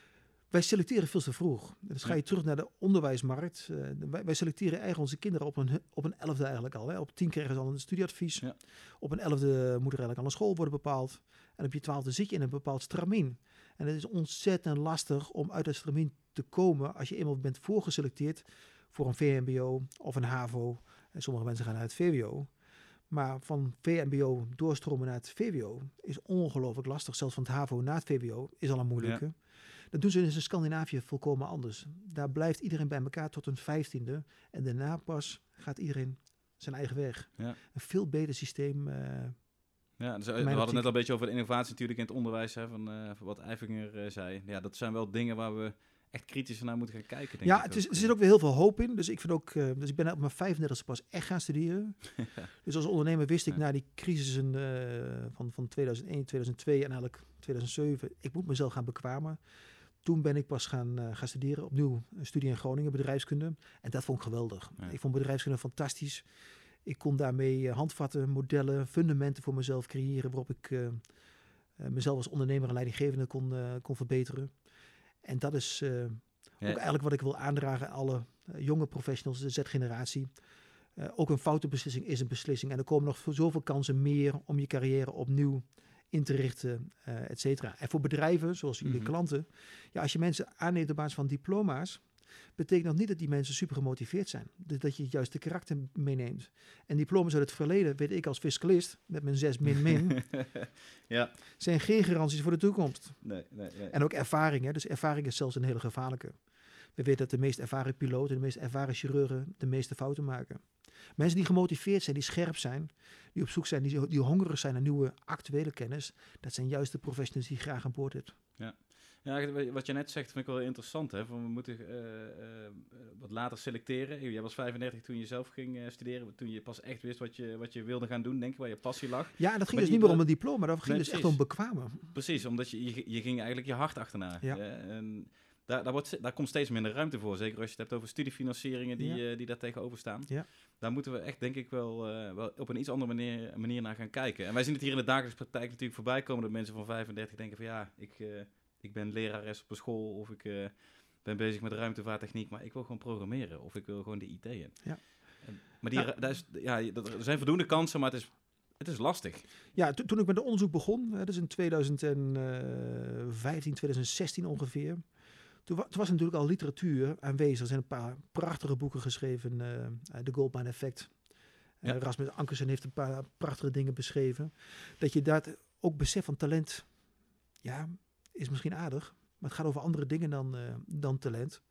Wij selecteren veel te vroeg. Dus ga je terug naar de onderwijsmarkt. Uh, wij, wij selecteren eigenlijk onze kinderen op een, op een elfde eigenlijk al. Hè. Op tien krijgen ze al een studieadvies. Ja. Op een elfde moet er eigenlijk al een school worden bepaald. En op je twaalfde zit je in een bepaald stramien. En het is ontzettend lastig om uit dat stramien te komen als je eenmaal bent voorgeselecteerd voor een V M B O of een HAVO. En sommige mensen gaan naar het V W O. Maar van V M B O doorstromen naar het V W O is ongelooflijk lastig. Zelfs van het HAVO naar het V W O is al een moeilijke. Ja. Dat doen ze in Scandinavië volkomen anders. Daar blijft iedereen bij elkaar tot een vijftiende. En daarna pas gaat iedereen zijn eigen weg. Ja. Een veel beter systeem. Uh, ja, dus we hadden het net al een beetje over de innovatie natuurlijk in het onderwijs. Hè, van, uh, van wat Eifinger uh, zei. Ja, dat zijn wel dingen waar we echt kritisch naar moeten gaan kijken. Denk ja, ik het is, er zit ook weer heel veel hoop in. Dus ik, vind ook, uh, dus ik ben op mijn vijfendertigste pas echt gaan studeren. Ja. Dus als ondernemer wist ik ja. na die crisissen uh, van, van tweeduizend één, tweeduizend twee en eigenlijk tweeduizend zeven... ik moet mezelf gaan bekwamen. Toen ben ik pas gaan, uh, gaan studeren, opnieuw een studie in Groningen, bedrijfskunde. En dat vond ik geweldig. Ja. Ik vond bedrijfskunde fantastisch. Ik kon daarmee uh, handvatten, modellen, fundamenten voor mezelf creëren, waarop ik uh, uh, mezelf als ondernemer en leidinggevende kon, uh, kon verbeteren. En dat is uh, ja. ook eigenlijk wat ik wil aandragen aan alle uh, jonge professionals, de Z-generatie. Uh, ook een foute beslissing is een beslissing. En er komen nog zoveel kansen meer om je carrière opnieuw in te richten, uh, et cetera. En voor bedrijven, zoals jullie mm-hmm. klanten, ja, als je mensen aanneemt op basis van diploma's, betekent dat niet dat die mensen super gemotiveerd zijn. Dus dat je juist de karakter meeneemt. En diploma's uit het verleden, weet ik als fiscalist, met mijn zes min min, ja. zijn geen garanties voor de toekomst. Nee, nee, nee. En ook ervaring. Hè? Dus ervaring is zelfs een hele gevaarlijke. We weten dat de meest ervaren piloten, de meest ervaren chirurgen de meeste fouten maken. Mensen die gemotiveerd zijn, die scherp zijn, die op zoek zijn, die, die hongerig zijn naar nieuwe actuele kennis, dat zijn juist de professionals die je graag aan boord hebt. Ja. Ja, wat je net zegt vind ik wel interessant. Hè? Van we moeten uh, uh, wat later selecteren. Jij was vijfendertig toen je zelf ging uh, studeren. Toen je pas echt wist wat je, wat je wilde gaan doen, denk ik, waar je passie lag. Ja, en dat ging maar dus die, niet meer om een diploma. Dat ging nee, dus precies. echt om bekwamen. Precies, omdat je, je, je ging eigenlijk je hart achterna. Ja. Hè? En daar, daar, wordt, daar komt steeds minder ruimte voor. Zeker als je het hebt over studiefinancieringen die, ja. uh, die daar tegenover staan. Ja. Daar moeten we echt, denk ik, wel, uh, wel op een iets andere manier, manier naar gaan kijken. En wij zien het hier in de dagelijkse praktijk natuurlijk voorbij komen. Dat mensen van vijfendertig denken van ja, ik... Uh, Ik ben lerares op een school of ik uh, ben bezig met ruimtevaarttechniek, maar ik wil gewoon programmeren of ik wil gewoon de I T in. Ja. En, maar die, ja. Daar is, ja, dat, er zijn voldoende kansen, maar het is, het is lastig. Ja, to, toen ik met het onderzoek begon, uh, dat is in tweeduizend vijftien, tweeduizend zestien ongeveer, toen, wa, toen was er natuurlijk al literatuur aanwezig. Er zijn een paar prachtige boeken geschreven, uh, The Goldmine Effect. Uh, ja. Rasmus Ankersen heeft een paar prachtige dingen beschreven. Dat je daar ook besef van talent, ja... is misschien aardig, maar het gaat over andere dingen dan, uh, dan talent.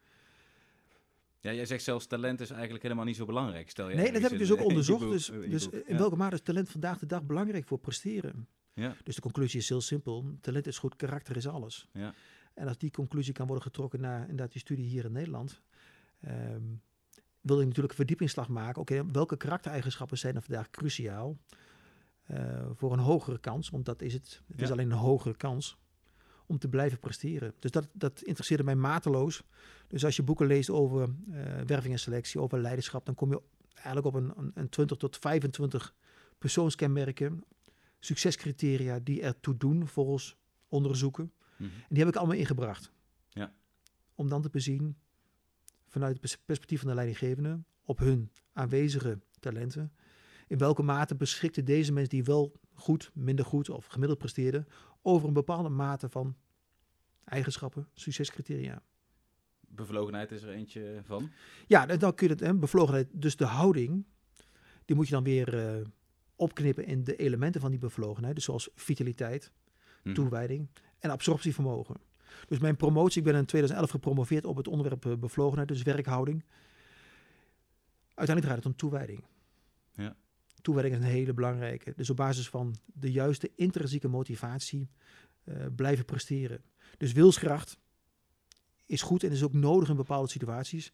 Ja, jij zegt zelfs talent is eigenlijk helemaal niet zo belangrijk. Stel je nee, dat heb ik dus ook onderzocht. boek, Dus, dus in ja. welke mate is talent vandaag de dag belangrijk voor presteren? Ja. Dus de conclusie is heel simpel. Talent is goed, karakter is alles. Ja. En als die conclusie kan worden getrokken naar inderdaad die studie hier in Nederland, um, wil ik natuurlijk een verdiepingsslag maken. Oké, okay, welke karaktereigenschappen zijn er vandaag cruciaal uh, voor een hogere kans? Want dat is het. Het ja. is alleen een hogere kans om te blijven presteren. Dus dat, dat interesseerde mij mateloos. Dus als je boeken leest over uh, werving en selectie, over leiderschap, dan kom je eigenlijk op een, een, een twintig tot vijfentwintig persoonskenmerken, succescriteria die ertoe doen volgens onderzoeken. Mm-hmm. En die heb ik allemaal ingebracht. Ja. Om dan te bezien vanuit het perspectief van de leidinggevende op hun aanwezige talenten. In welke mate beschikten deze mensen die wel goed, minder goed of gemiddeld presteerden over een bepaalde mate van eigenschappen, succescriteria. Bevlogenheid is er eentje van? Ja, dan kun je het, hè, bevlogenheid, dus de houding, die moet je dan weer uh, opknippen in de elementen van die bevlogenheid. Dus zoals vitaliteit, hmm. toewijding en absorptievermogen. Dus mijn promotie, ik ben in tweeduizend elf gepromoveerd op het onderwerp uh, bevlogenheid, dus werkhouding. Uiteindelijk draait het om toewijding. Ja. Toewijding is een hele belangrijke. Dus op basis van de juiste intrinsieke motivatie uh, blijven presteren. Dus wilskracht is goed en is ook nodig in bepaalde situaties.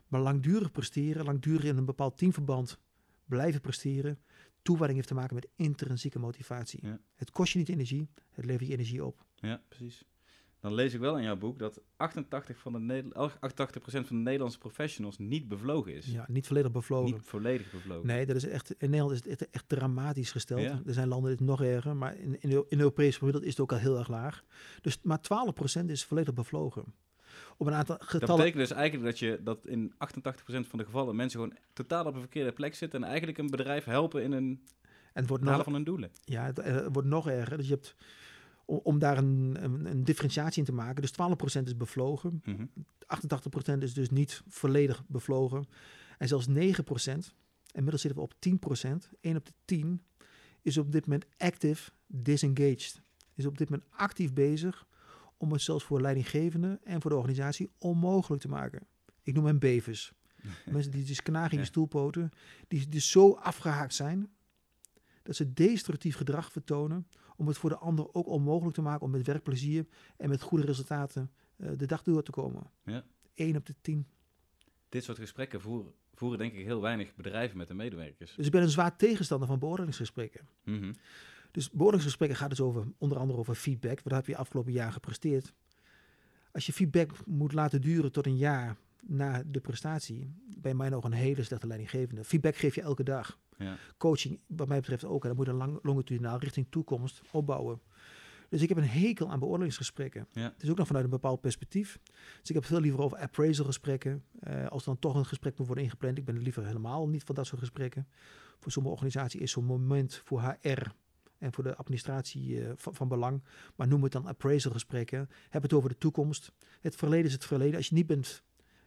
Maar langdurig presteren, langdurig in een bepaald teamverband blijven presteren, toewijding heeft te maken met intrinsieke motivatie. Ja. Het kost je niet energie, het levert je energie op. Ja, precies. Dan lees ik wel in jouw boek dat achtentachtig van de Neder- achtentachtig procent van de Nederlandse professionals niet bevlogen is. Ja, niet volledig bevlogen. Niet volledig bevlogen. Nee, dat is echt, in Nederland is het echt, echt dramatisch gesteld. Ja. Er zijn landen die het nog erger, maar in, in, in Europese gemiddeld is het ook al heel erg laag. Dus maar twaalf procent is volledig bevlogen. Op een aantal getallen... Dat betekent dus eigenlijk dat je dat in achtentachtig procent van de gevallen mensen gewoon totaal op een verkeerde plek zitten en eigenlijk een bedrijf helpen in een en het wordt halen nog, van hun doelen. Ja, het, het wordt nog erger. Dus je hebt, om, om daar een, een, een differentiatie in te maken, dus twaalf procent is bevlogen, Mm-hmm. achtentachtig procent is dus niet volledig bevlogen. En zelfs negen procent, inmiddels zitten we op tien procent, één op de tien, is op dit moment active disengaged. Is op dit moment actief bezig om het zelfs voor leidinggevenden en voor de organisatie onmogelijk te maken. Ik noem hen bevers. Mensen die dus knagen in je Ja. stoelpoten, die dus zo afgehaakt zijn, dat ze destructief gedrag vertonen om het voor de ander ook onmogelijk te maken om met werkplezier en met goede resultaten uh, de dag door te komen. Ja. één op de tien. Dit soort gesprekken voeren, voeren denk ik heel weinig bedrijven met de medewerkers. Dus ik ben een zwaar tegenstander van beoordelingsgesprekken. Mm-hmm. Dus beoordelingsgesprekken gaat dus over, onder andere over feedback. Wat heb je afgelopen jaar gepresteerd? Als je feedback moet laten duren tot een jaar na de prestatie, ben je mij nog een hele slechte leidinggevende. Feedback geef je elke dag. Ja. Coaching, wat mij betreft ook. En dan moet je lang, longitudinaal richting toekomst opbouwen. Dus ik heb een hekel aan beoordelingsgesprekken. Ja. Het is ook nog vanuit een bepaald perspectief. Dus ik heb veel liever over appraisalgesprekken. Uh, als er dan toch een gesprek moet worden ingepland. Ik ben liever helemaal niet van dat soort gesprekken. Voor sommige organisaties is zo'n moment voor H R en voor de administratie uh, van, van belang. Maar noem het dan appraisalgesprekken. Heb het over de toekomst. Het verleden is het verleden. Als je niet bent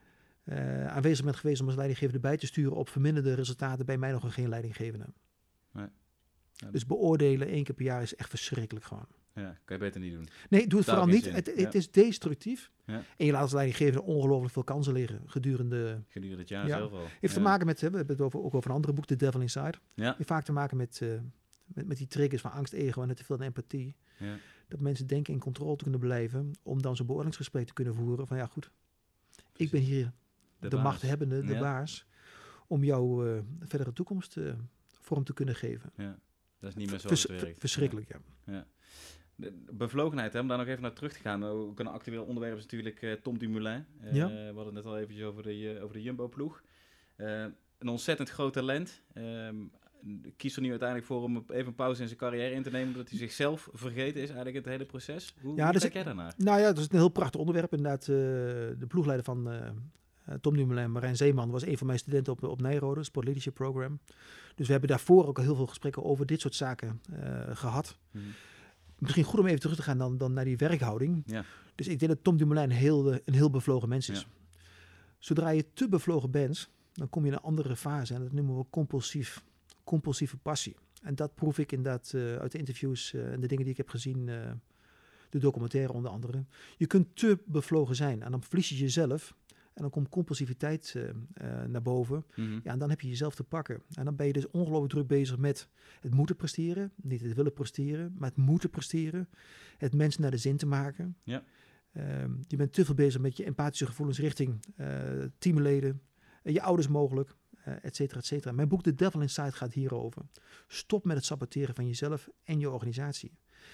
uh, aanwezig bent geweest om als leidinggevende bij te sturen op verminderde resultaten, ben je mij nog geen leidinggevende. Nee. Ja, Dus beoordelen één keer per jaar is echt verschrikkelijk gewoon. Ja, kan je beter niet doen. Nee, doe het Daar vooral geen niet. zin. Het, het Ja. is destructief. Ja. En je laat als leidinggevende ongelooflijk veel kansen liggen gedurende... Gedurende het jaar Ja. zelf al. Heeft ja. te maken met, hè, we hebben het over, ook over een andere boek, The Devil Inside. Ja. Heeft vaak te maken met, uh, met, met die triggers van angst, ego en te veel empathie. Ja. Dat mensen denken in controle te kunnen blijven, om dan zo'n beoordelingsgesprek te kunnen voeren van ja goed, Precies. ik ben hier De de, baas. machthebbende, de Ja. baas, om jou uh, verdere toekomst uh, vorm te kunnen geven. Ja. Dat is niet meer zo Vers, het werkt. Verschrikkelijk, ja. Ja. Ja. De bevlogenheid, hè, om daar nog even naar terug te gaan. Ook een actueel onderwerp is natuurlijk uh, Tom Dumoulin. Uh, Ja. We hadden het net al eventjes over de, uh, over de Jumbo-ploeg. Uh, een ontzettend groot talent. Um, kiest er nu uiteindelijk voor om even een pauze in zijn carrière in te nemen, omdat hij zichzelf vergeten is eigenlijk in het hele proces. Hoe, Ja, hoe dus kijk ik- jij daarnaar? Nou ja, dat is een heel prachtig onderwerp. Inderdaad, uh, de ploegleider van uh, Tom Dumoulin, Marijn Zeeman, was een van mijn studenten op, op Nijrode, Sport Leadership Program. Dus we hebben daarvoor ook al heel veel gesprekken over dit soort zaken uh, gehad. Mm-hmm. Misschien goed om even terug te gaan dan, dan naar die werkhouding. Ja. Dus ik denk dat Tom Dumoulin een heel, een heel bevlogen mens is. Ja. Zodra je te bevlogen bent, dan kom je in een andere fase. En dat noemen we compulsief, compulsieve passie. En dat proef ik inderdaad uh, uit de interviews uh, en de dingen die ik heb gezien, uh, de documentaire onder andere. Je kunt te bevlogen zijn en dan verlies je jezelf. En dan komt compulsiviteit uh, uh, naar boven. Mm-hmm. Ja, en dan heb je jezelf te pakken. En dan ben je dus ongelooflijk druk bezig met het moeten presteren. Niet het willen presteren, maar het moeten presteren. Het mensen naar de zin te maken. Ja. Um, je bent te veel bezig met je empathische gevoelens richting uh, teamleden, uh, je ouders mogelijk, uh, et cetera, et cetera. Mijn boek The Devil Inside gaat hierover. Stop met het saboteren van jezelf en je organisatie.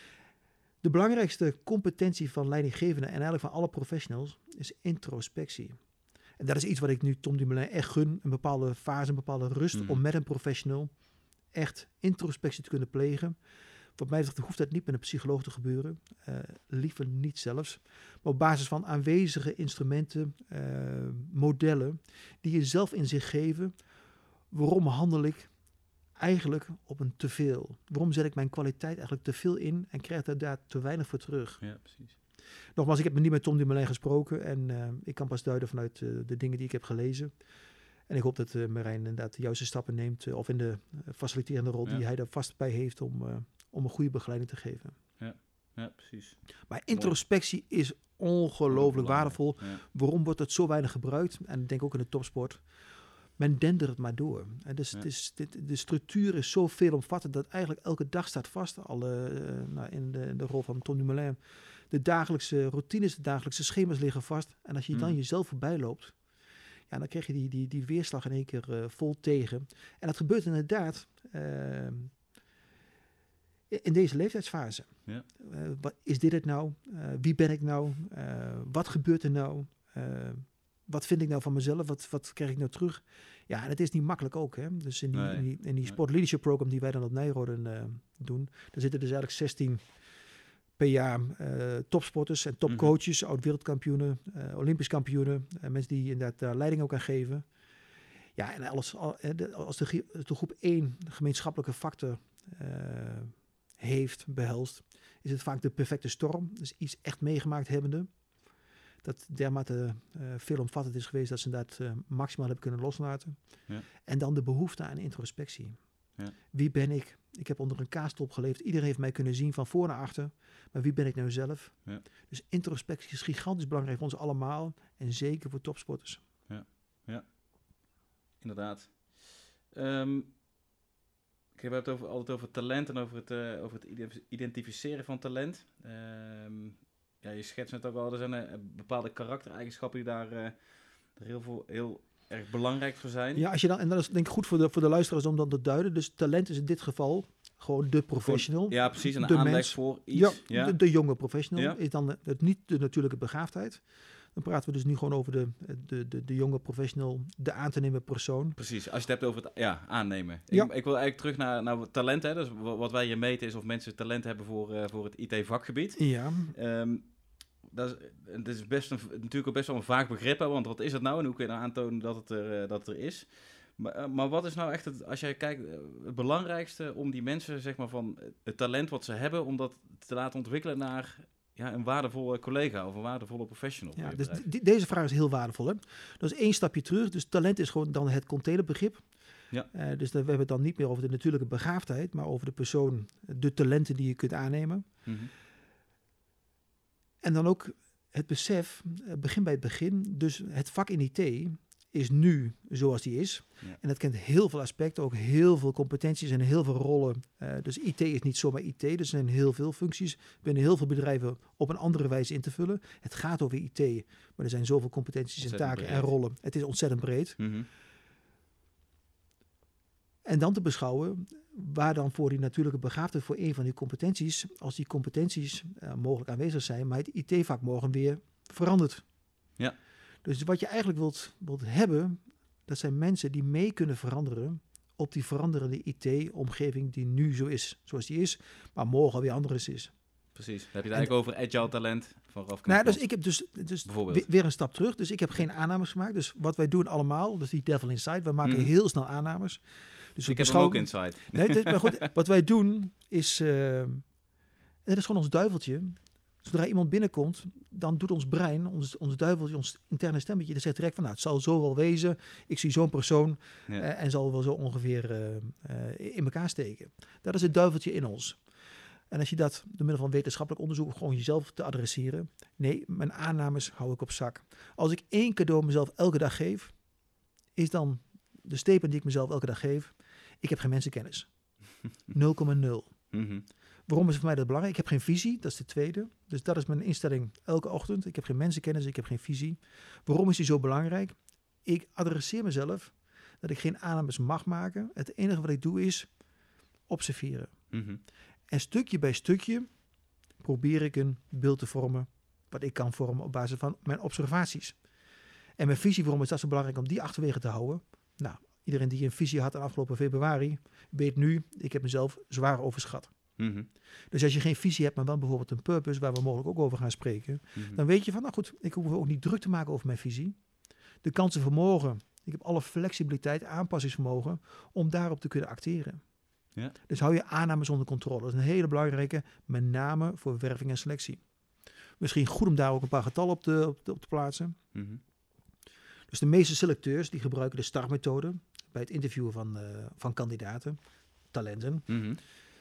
De belangrijkste competentie van leidinggevenden en eigenlijk van alle professionals is introspectie. En dat is iets wat ik nu Tom Dumoulin echt gun. Een bepaalde fase, een bepaalde rust Mhm. om met een professional echt introspectie te kunnen plegen. Wat mij betreft hoeft dat niet met een psycholoog te gebeuren. Uh, liever niet zelfs. Maar op basis van aanwezige instrumenten, uh, modellen, die je zelf in zich geven. Waarom handel ik eigenlijk op een teveel? Waarom zet ik mijn kwaliteit eigenlijk te veel in en krijg daar, daar te weinig voor terug? Ja, precies. Nogmaals, ik heb niet met Tom Dumoulin gesproken en uh, ik kan pas duiden vanuit uh, de dingen die ik heb gelezen. En ik hoop dat uh, Marijn inderdaad de juiste stappen neemt, uh, of in de uh, faciliterende rol Ja. die hij daar vast bij heeft om, uh, om een goede begeleiding te geven. Ja, precies. Maar introspectie is ongelooflijk waardevol. Ja. Waarom wordt het zo weinig gebruikt? En ik denk ook in de topsport. Men dendert het maar door. En dus Ja. het is, dit, de structuur is zo veelomvattend dat eigenlijk elke dag staat vast. Al, uh, nou, in, de, in de rol van Tom Dumoulin. De dagelijkse routines, de dagelijkse schema's liggen vast. En als je dan Mm. jezelf voorbij loopt, Ja, dan krijg je die, die, die weerslag in één keer uh, vol tegen. En dat gebeurt inderdaad uh, in deze leeftijdsfase. Ja. Uh, wat, is dit het nou? Uh, wie ben ik nou? Uh, wat gebeurt er nou? Uh, wat vind ik nou van mezelf? Wat, wat krijg ik nou terug? Ja, en het is niet makkelijk ook. Hè? Dus in die, nee. in die, in die Sport Leadership Program die wij dan op Nijrode uh, doen, daar zitten dus eigenlijk zestien per jaar uh, topsporters en topcoaches, mm-hmm. oud-wereldkampioenen, uh, olympisch kampioenen, uh, mensen die inderdaad uh, leiding ook aan geven. Ja, en alles, al, als de, de groep één gemeenschappelijke factor uh, heeft, behelst, is het vaak de perfecte storm. Dus iets echt meegemaakt hebbende. Dat dermate uh, veelomvattend is geweest dat ze dat uh, maximaal hebben kunnen loslaten. Ja. En dan de behoefte aan introspectie. Ja. Wie ben ik? Ik heb onder een kaastop geleefd. Iedereen heeft mij kunnen zien van voor naar achter. Maar wie ben ik nou zelf? Ja. Dus introspectie is gigantisch belangrijk voor ons allemaal. En zeker voor topsporters. Ja, ja. Inderdaad. Um, ik heb het over, altijd over talent en over het, uh, over het identificeren van talent. Um, ja, je schetst net ook al, er zijn uh, bepaalde karaktereigenschappen die daar, uh, daar heel, veel, heel erg belangrijk voor zijn. Ja, als je dan, en dat is denk ik goed voor de, voor de luisteraars om dat te duiden. Dus talent is in dit geval gewoon de professional. Ja, precies. Een de aanleg mens, voor iets. Ja, ja. De, de jonge professional ja. is dan het, niet de natuurlijke begaafdheid. Dan praten we dus nu gewoon over de, de, de, de jonge professional, de aan te nemen persoon. Precies, als je het hebt over het ja, aannemen. Ja. Ik, ik wil eigenlijk terug naar, naar talent. Hè. Dus wat wij hier meten is of mensen talent hebben voor, uh, voor het I T-vakgebied. Ja. Um, dat is, het is best een, natuurlijk ook best wel een vaag begrip, hè, want wat is het nou en hoe kun je nou aantonen dat het er, uh, dat het er is? Maar, uh, maar wat is nou echt, het, als jij kijkt, uh, het belangrijkste om die mensen, zeg maar, van het talent wat ze hebben, om dat te laten ontwikkelen naar ja, een waardevolle collega of een waardevolle professional? Ja, dus die, deze vraag is heel waardevol. Hè? Dat is één stapje terug. Dus talent is gewoon dan het containerbegrip. Ja. Uh, dus we hebben het dan niet meer over de natuurlijke begaafdheid, maar over de persoon, de talenten die je kunt aannemen. Mm-hmm. En dan ook het besef, begin bij het begin. Dus het vak in I T is nu zoals die is. Ja. En dat kent heel veel aspecten, ook heel veel competenties en heel veel rollen. Uh, dus I T is niet zomaar I T, er zijn heel veel functies binnen heel veel bedrijven op een andere wijze in te vullen. Het gaat over I T, maar er zijn zoveel competenties en taken breed. En rollen. Het is ontzettend breed. Mm-hmm. En dan te beschouwen waar dan voor die natuurlijke begaafdheid voor een van die competenties, als die competenties uh, mogelijk aanwezig zijn, maar het I T-vak morgen weer verandert. Ja. Dus wat je eigenlijk wilt, wilt hebben, dat zijn mensen die mee kunnen veranderen op die veranderende I T-omgeving die nu zo is, zoals die is, maar morgen weer anders is. Precies. Dan heb je het eigenlijk en, over agile talent van Ralf nou, dus ik heb dus, dus weer, weer een stap terug. Dus ik heb geen aannames gemaakt. Dus wat wij doen allemaal, dus die Devil Inside, we maken mm. heel snel aannames. Dus ik heb hem ook inside. Nee, dit, maar goed, wat wij doen is, uh, dat is gewoon ons duiveltje. Zodra iemand binnenkomt, dan doet ons brein, ons, ons duiveltje, ons interne stemmetje, dat zegt direct van, nou, het zal zo wel wezen. Ik zie zo'n persoon ja. uh, en zal wel zo ongeveer uh, uh, in elkaar steken. Dat is het duiveltje in ons. En als je dat door middel van wetenschappelijk onderzoek gewoon jezelf te adresseren. Nee, mijn aannames hou ik op zak. Als ik één cadeau mezelf elke dag geef, is dan de statement die ik mezelf elke dag geef, ik heb geen mensenkennis. nul komma nul. Mm-hmm. Waarom is het voor mij dat belangrijk? Ik heb geen visie, dat is de tweede. Dus dat is mijn instelling elke ochtend. Ik heb geen mensenkennis, ik heb geen visie. Waarom is die zo belangrijk? Ik adresseer mezelf dat ik geen aannames mag maken. Het enige wat ik doe is observeren. Mm-hmm. En stukje bij stukje probeer ik een beeld te vormen wat ik kan vormen op basis van mijn observaties. En mijn visie, waarom is dat zo belangrijk om die achterwege te houden? Nou, iedereen die een visie had in afgelopen februari, weet nu, ik heb mezelf zwaar overschat. Mm-hmm. Dus als je geen visie hebt, maar wel bijvoorbeeld een purpose, waar we mogelijk ook over gaan spreken, mm-hmm. dan weet je van, nou goed, ik hoef ook niet druk te maken over mijn visie. De kansen voor morgen, ik heb alle flexibiliteit, aanpassingsvermogen, om daarop te kunnen acteren. Ja. Dus hou je aannames onder controle. Dat is een hele belangrijke, met name voor werving en selectie. Misschien goed om daar ook een paar getallen op te, op te, op te plaatsen. Mm-hmm. Dus de meeste selecteurs die gebruiken de STAR-methode bij het interviewen van, uh, van kandidaten, talenten. Mm-hmm.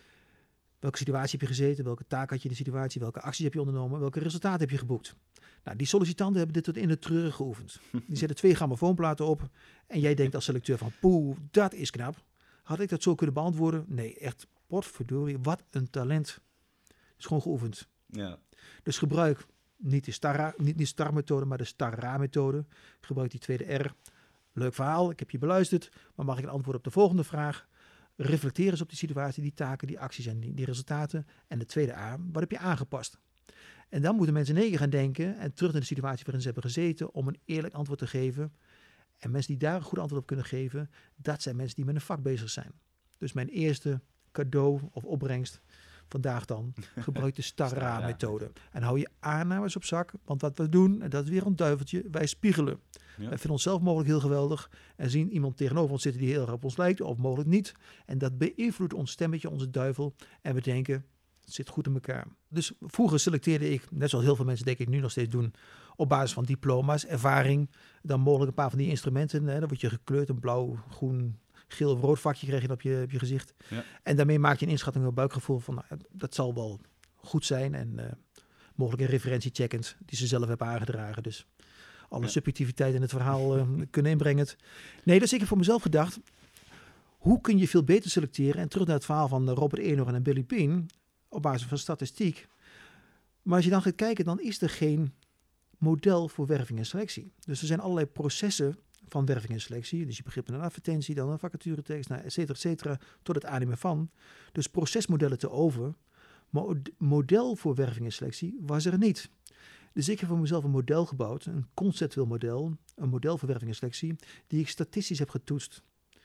Welke situatie heb je gezeten? Welke taak had je in de situatie? Welke acties heb je ondernomen? Welke resultaten heb je geboekt? Nou, die sollicitanten hebben dit tot in de treuren geoefend. Die zetten twee grammofoonplaten op en jij denkt als selecteur van, poeh, dat is knap. Had ik dat zo kunnen beantwoorden? Nee, echt, potverdorie, wat een talent. Is gewoon geoefend. Ja. Dus gebruik niet de STAR, niet de STAR-methode, maar de STAR-methode. Gebruik die tweede R. leuk verhaal, ik heb je beluisterd, maar mag ik een antwoord op de volgende vraag? Reflecteer eens op die situatie, die taken, die acties en die, die resultaten. En de tweede A, wat heb je aangepast? En dan moeten mensen in één keer gaan denken en terug naar de situatie waarin ze hebben gezeten om een eerlijk antwoord te geven. En mensen die daar een goed antwoord op kunnen geven, dat zijn mensen die met een vak bezig zijn. Dus mijn eerste cadeau of opbrengst vandaag dan, gebruik de STAR-methode. En hou je aannames op zak, want wat we doen, en dat is weer een duiveltje, wij spiegelen. Ja. Wij vinden onszelf mogelijk heel geweldig en zien iemand tegenover ons zitten die heel erg op ons lijkt, of mogelijk niet. En dat beïnvloedt ons stemmetje, onze duivel. En we denken, het zit goed in elkaar. Dus vroeger selecteerde ik, net zoals heel veel mensen denk ik nu nog steeds doen, op basis van diploma's, ervaring, dan mogelijk een paar van die instrumenten. Hè, dan word je gekleurd, een blauw, groen, geel of rood vakje krijg je op je, op je gezicht. Ja. En daarmee maak je een inschatting op buikgevoel van, nou, dat zal wel goed zijn. En uh, mogelijk een referentie checkend die ze zelf hebben aangedragen. Dus alle ja. subjectiviteit in het verhaal uh, kunnen inbrengen. Nee, dus ik heb voor mezelf gedacht, hoe kun je veel beter selecteren? En terug naar het verhaal van Robert Enoch en Billy Beane, op basis van statistiek. Maar als je dan gaat kijken, dan is er geen model voor werving en selectie. Dus er zijn allerlei processen van werving en selectie. Dus je begint met een advertentie, dan een vacaturetekst, nou, et cetera, et cetera, tot het aannemen van. Dus procesmodellen te over. Maar het model voor werving en selectie was er niet. Dus ik heb voor mezelf een model gebouwd, een conceptueel model, een model voor werving en selectie, die ik statistisch heb getoetst.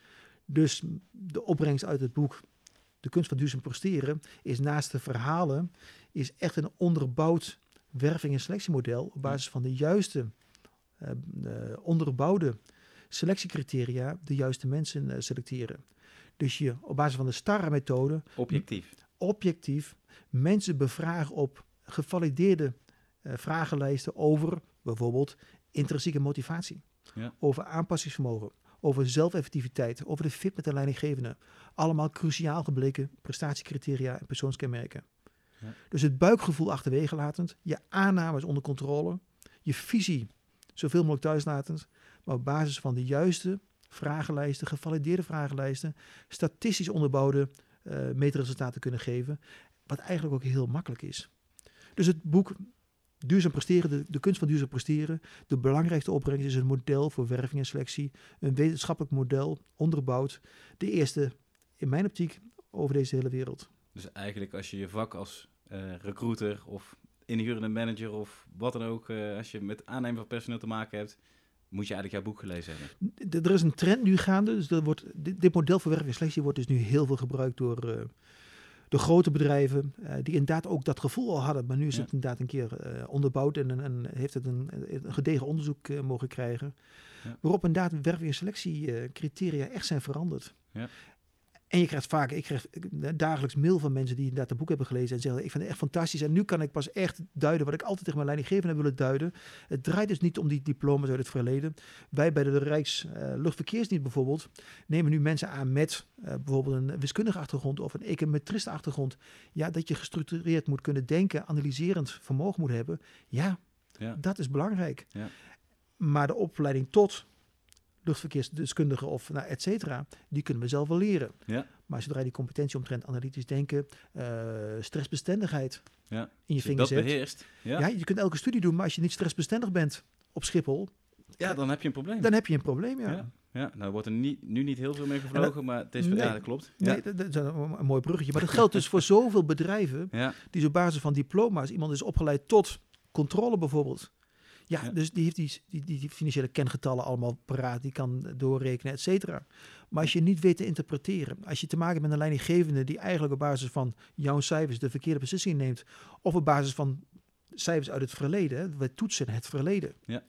Dus de opbrengst uit het boek De Kunst van Duurzaam Presteren is naast de verhalen, is echt een onderbouwd werving- en selectiemodel op basis van de juiste uh, uh, onderbouwde selectiecriteria de juiste mensen uh, selecteren. Dus je op basis van de STAR-methode objectief. objectief mensen bevragen op gevalideerde uh, vragenlijsten over bijvoorbeeld intrinsieke motivatie, ja. over aanpassingsvermogen, over zelfeffectiviteit, over de fit met de leidinggevende. Allemaal cruciaal gebleken prestatiecriteria en persoonskenmerken. Ja. Dus het buikgevoel achterwege latend, je aannames onder controle, je visie zoveel mogelijk thuislatend, maar op basis van de juiste vragenlijsten, gevalideerde vragenlijsten, statistisch onderbouwde uh, meetresultaten kunnen geven, wat eigenlijk ook heel makkelijk is. Dus het boek Duurzaam Presteren, de, de kunst van duurzaam presteren, de belangrijkste opbrengst is een model voor werving en selectie, een wetenschappelijk model, onderbouwd, de eerste in mijn optiek over deze hele wereld. Dus eigenlijk als je je vak als uh, recruiter of inhurende manager of wat dan ook, uh, als je met aannemen van personeel te maken hebt, moet je eigenlijk jouw boek gelezen hebben. D- er is een trend nu gaande, dus er wordt, dit, dit model voor werving en selectie wordt dus nu heel veel gebruikt door uh, de grote bedrijven, uh, die inderdaad ook dat gevoel al hadden, maar nu is ja. het inderdaad een keer uh, onderbouwd en, en, en heeft het een, een gedegen onderzoek uh, mogen krijgen, ja. waarop inderdaad werving- en selectiecriteria uh, echt zijn veranderd. Ja. En je krijgt vaak, ik krijg dagelijks mail van mensen die inderdaad het boek hebben gelezen en zeggen, ik vind het echt fantastisch en nu kan ik pas echt duiden wat ik altijd tegen mijn leidinggevende heb willen duiden. Het draait dus niet om die diploma's uit het verleden. Wij bij de Rijksluchtverkeersdienst uh, bijvoorbeeld nemen nu mensen aan met uh, bijvoorbeeld een wiskundige achtergrond of een econometriste achtergrond. Ja, dat je gestructureerd moet kunnen denken, analyserend vermogen moet hebben. Ja, ja. dat is belangrijk. Ja. Maar de opleiding tot luchtverkeersdeskundige of nou, et cetera, die kunnen we zelf wel leren. Ja. Maar zodra je die competentie omtrent analytisch denken, uh, stressbestendigheid ja. in je vingers hebt. Dat beheerst. Ja. ja, je kunt elke studie doen, maar als je niet stressbestendig bent op Schiphol, ja, dan heb je een probleem. Dan heb je een probleem, ja. Ja, ja. Nou wordt er niet, nu niet heel veel mee gevlogen, dat, maar het is, nee, ja, dat klopt. Ja. Nee, dat, dat is een, een mooi bruggetje. Maar dat geldt dus voor zoveel bedrijven, ja. die op basis van diploma's, iemand is opgeleid tot controle bijvoorbeeld. Ja, ja, dus die heeft die, die, die financiële kengetallen allemaal paraat, die kan doorrekenen, et cetera. Maar als je niet weet te interpreteren, als je te maken hebt met een leidinggevende die eigenlijk op basis van jouw cijfers de verkeerde beslissing neemt, of op basis van cijfers uit het verleden, hè, wij toetsen het verleden. Ja.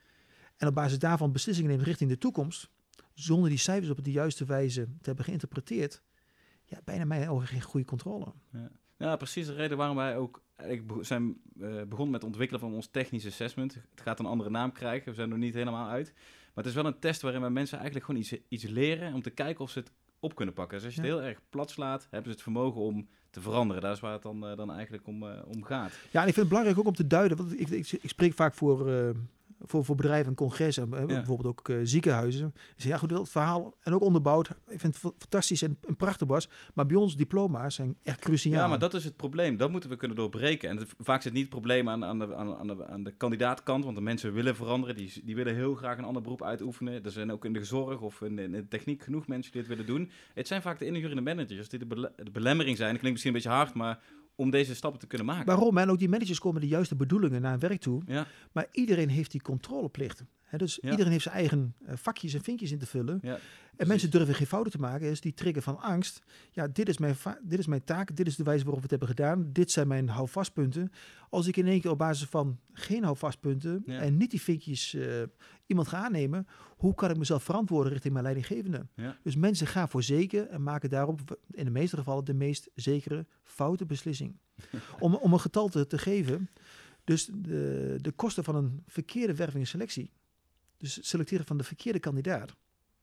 En op basis daarvan beslissingen neemt richting de toekomst, zonder die cijfers op de juiste wijze te hebben geïnterpreteerd, ja, bijna mijn ogen geen goede controle. Ja. Ja, precies de reden waarom wij ook eigenlijk zijn uh, begonnen met het ontwikkelen van ons technisch assessment. Het gaat een andere naam krijgen, we zijn er nog niet helemaal uit. Maar het is wel een test waarin wij mensen eigenlijk gewoon iets, iets leren om te kijken of ze het op kunnen pakken. Dus als je ja. het heel erg plat slaat, hebben ze het vermogen om te veranderen. Dat is waar het dan, uh, dan eigenlijk om, uh, om gaat. Ja, en ik vind het belangrijk ook om te duiden, want ik, ik, ik spreek vaak voor, uh, voor, voor bedrijven en congressen, ja. bijvoorbeeld ook uh, ziekenhuizen. Dus ja, goed, dat verhaal en ook onderbouwd. Ik vind het fantastisch en, en prachtig was. Maar bij ons diploma's zijn echt cruciaal. Ja, maar dat is het probleem. Dat moeten we kunnen doorbreken. En het, vaak zit niet het probleem aan, aan, de, aan, de, aan de kandidaatkant, want de mensen willen veranderen. Die, die willen heel graag een ander beroep uitoefenen. Er zijn ook in de zorg of in de, in de techniek genoeg mensen die dit willen doen. Het zijn vaak de inhurende managers die de, bele, de belemmering zijn. Dat klinkt misschien een beetje hard, maar om deze stappen te kunnen maken. Waarom? En ook die managers komen de juiste bedoelingen naar hun werk toe. Ja. Maar iedereen heeft die controleplicht. He, dus ja. iedereen heeft zijn eigen uh, vakjes en vinkjes in te vullen. Ja, en precies. Mensen durven geen fouten te maken. Dus die trigger van angst. Ja, dit is, mijn va- dit is mijn taak. Dit is de wijze waarop we het hebben gedaan. Dit zijn mijn houvastpunten. Als ik in één keer op basis van geen houvastpunten ja. en niet die vinkjes uh, iemand ga aannemen, hoe kan ik mezelf verantwoorden richting mijn leidinggevende? Ja. Dus mensen gaan voor zeker en maken daarop in de meeste gevallen de meest zekere foute beslissing. om, om een getal te, te geven. Dus de, de kosten van een verkeerde werving en selectie, dus het selecteren van de verkeerde kandidaat,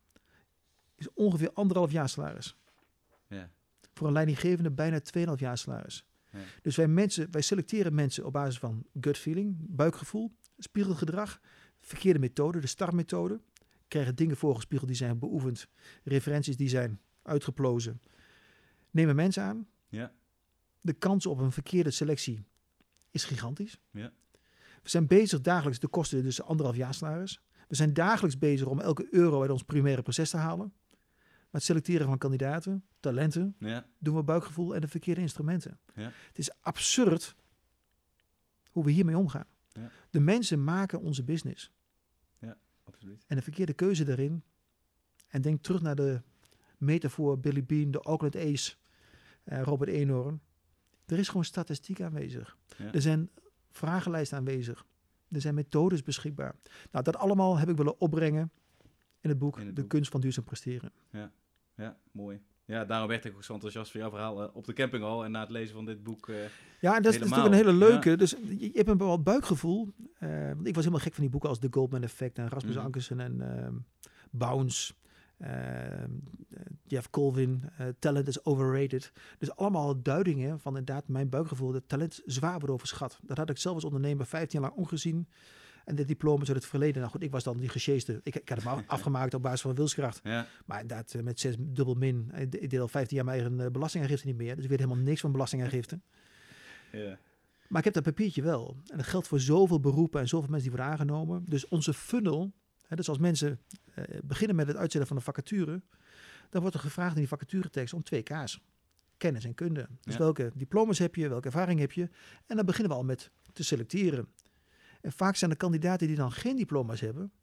is ongeveer anderhalf jaar salaris. Ja. Voor een leidinggevende bijna tweeënhalf jaar salaris. Ja. Dus wij, mensen, wij selecteren mensen op basis van gut feeling, buikgevoel, spiegelgedrag, verkeerde methode, de startmethode. Krijgen dingen voorgespiegeld die zijn beoefend, referenties die zijn uitgeplozen. Nemen mensen aan. Ja. De kans op een verkeerde selectie is gigantisch. Ja. We zijn bezig dagelijks, de kosten dus anderhalf jaar salaris. We zijn dagelijks bezig om elke euro uit ons primaire proces te halen. Maar het selecteren van kandidaten, talenten, ja. doen we buikgevoel en de verkeerde instrumenten. Ja. Het is absurd hoe we hiermee omgaan. Ja. De mensen maken onze business. Ja, absoluut. En de verkeerde keuze daarin. En denk terug naar de metafoor Billy Beane, de Oakland A's, uh, Robert Eenhoorn. Er is gewoon statistiek aanwezig. Ja. Er zijn vragenlijsten aanwezig. Er zijn methodes beschikbaar. Nou, dat allemaal heb ik willen opbrengen in het boek, in het De boek. Kunst van duurzaam presteren. Ja, ja, mooi. Ja, daarom werd ik ook zo enthousiast voor jouw verhaal uh, op de camping al en na het lezen van dit boek. Uh, ja, en dat is, dat is natuurlijk een hele leuke. Ja. Dus je, je hebt een bepaald buikgevoel. Uh, want ik was helemaal gek van die boeken als The Goldman Effect en Rasmus mm-hmm. Ankersen en uh, Bounce. Uh, Jeff Colvin, uh, talent is overrated. Dus allemaal duidingen van inderdaad mijn buikgevoel, dat talent zwaar wordt overschat. Dat had ik zelf als ondernemer vijftien jaar lang ongezien. En de diploma's uit het verleden, nou goed, ik was dan die gesjeeste. Ik, ik had hem af, afgemaakt op basis van wilskracht. Ja. Maar inderdaad, uh, met zes dubbel min. Ik, ik deed al vijftien jaar mijn eigen uh, belastingaangifte niet meer. Dus ik weet helemaal niks van belastingaangifte. Ja. Maar ik heb dat papiertje wel. En dat geldt voor zoveel beroepen en zoveel mensen die worden aangenomen. Dus onze funnel, hè, dus als mensen uh, beginnen met het uitzetten van een vacature, dan wordt er gevraagd in die vacaturetekst om twee K's. Kennis en kunde. Dus ja. welke diploma's heb je, welke ervaring heb je? En dan beginnen we al met te selecteren. En vaak zijn de kandidaten die dan geen diploma's hebben,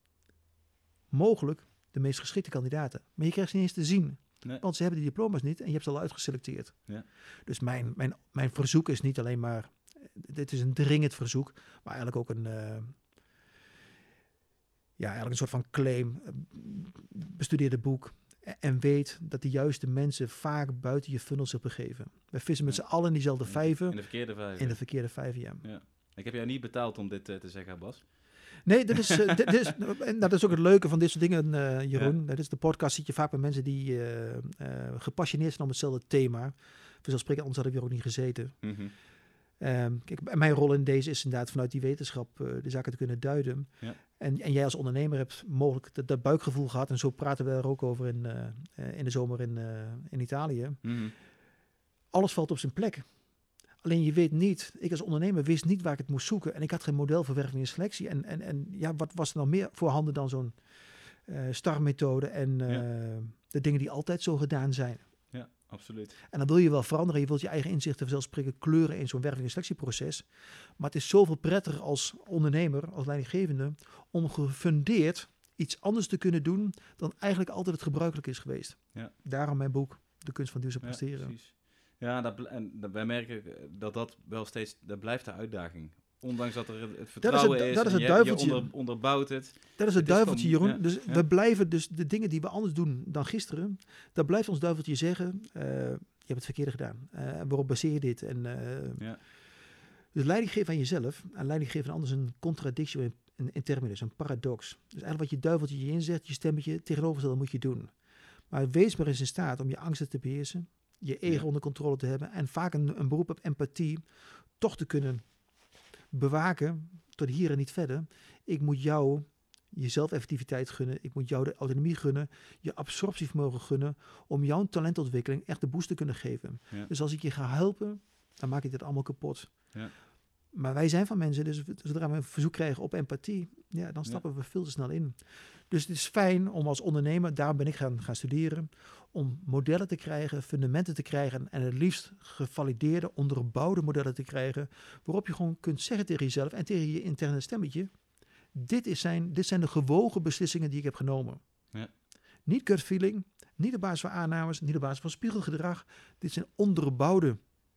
mogelijk de meest geschikte kandidaten. Maar je krijgt ze niet eens te zien. Nee. Want ze hebben die diploma's niet en je hebt ze al uitgeselecteerd. Ja. Dus mijn, mijn, mijn verzoek is niet alleen maar, dit is een dringend verzoek, maar eigenlijk ook een, uh, ja, eigenlijk een soort van claim. Bestudeer het boek en weet dat de juiste mensen vaak buiten je funnel zich begeven. We vissen met ja. z'n allen in diezelfde vijver. In de verkeerde vijver. In de verkeerde vijver, ja. ja. Ik heb jou niet betaald om dit uh, te zeggen, Bas. Nee, dat is, uh, dit, dit is, en dat is ook het leuke van dit soort dingen, uh, Jeroen. Ja. Dat is de podcast, zit je vaak bij mensen die uh, uh, gepassioneerd zijn om hetzelfde thema. Vanzelfsprekend, anders had ik hier ook niet gezeten. Mm-hmm. Um, kijk, mijn rol in deze is inderdaad vanuit die wetenschap uh, de zaken te kunnen duiden. Ja. En, en jij als ondernemer hebt mogelijk dat, dat buikgevoel gehad. En zo praten we er ook over in, uh, uh, in de zomer in, uh, in Italië. Mm-hmm. Alles valt op zijn plek. Alleen je weet niet, ik als ondernemer wist niet waar ik het moest zoeken. En ik had geen model voor werving en selectie. En, en, en ja, wat was er nou meer voorhanden dan zo'n uh, starmethode en uh, ja. de dingen die altijd zo gedaan zijn. Ja, absoluut. En dan wil je wel veranderen. Je wilt je eigen inzichten vanzelfsprekend kleuren in zo'n werving en selectieproces. Maar het is zoveel prettiger als ondernemer, als leidinggevende, om gefundeerd iets anders te kunnen doen dan eigenlijk altijd het gebruikelijk is geweest. Ja. Daarom mijn boek, De Kunst van Duurzaam Presteren. Ja, precies. Ja, dat, en dat, wij merken dat dat wel steeds, dat blijft de uitdaging. Ondanks dat er het vertrouwen dat is, het, dat is, is het duiveltje. Je onder, onderbouwt het. Dat is het, het duiveltje, is gewoon, Jeroen. Ja, dus ja. we blijven dus de dingen die we anders doen dan gisteren, dat blijft ons duiveltje zeggen, uh, je hebt het verkeerde gedaan. Uh, waarop baseer je dit? En, uh, ja. Dus leiding geven aan jezelf en leiding geven aan anders een contradictio in, in, in terminus, een paradox. Dus eigenlijk wat je duiveltje je inzet, je stemmetje tegenovergestelde moet je doen. Maar wees maar eens in staat om je angsten te beheersen, je ego ja. onder controle te hebben en vaak een, een beroep op empathie toch te kunnen bewaken tot hier en niet verder. Ik moet jou je zelfeffectiviteit gunnen. Ik moet jou de autonomie gunnen. Je absorptievermogen gunnen. Om jouw talentontwikkeling echt de boost te kunnen geven. Ja. Dus als ik je ga helpen, dan maak ik dit allemaal kapot. Ja. Maar wij zijn van mensen, dus zodra we een verzoek krijgen op empathie, ja, dan stappen ja. we veel te snel in. Dus het is fijn om als ondernemer, daarom ben ik gaan, gaan studeren, om modellen te krijgen, fundamenten te krijgen en het liefst gevalideerde, onderbouwde modellen te krijgen, waarop je gewoon kunt zeggen tegen jezelf en tegen je interne stemmetje, dit, is zijn, dit zijn de gewogen beslissingen die ik heb genomen. Ja. Niet gut feeling, niet op basis van aannames, niet op basis van spiegelgedrag. Dit zijn onderbouwde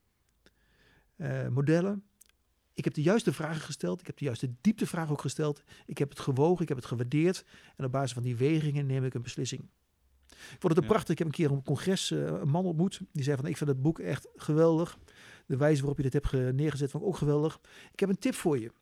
uh, modellen. Ik heb de juiste vragen gesteld. Ik heb de juiste dieptevraag ook gesteld. Ik heb het gewogen, ik heb het gewaardeerd. En op basis van die wegingen neem ik een beslissing. Ik vond het een ja. prachtig. Ik heb een keer op een congres uh, een man ontmoet. Die zei van, ik vind het boek echt geweldig. De wijze waarop je dit hebt ge- neergezet vond ik ook geweldig. Ik heb een tip voor je.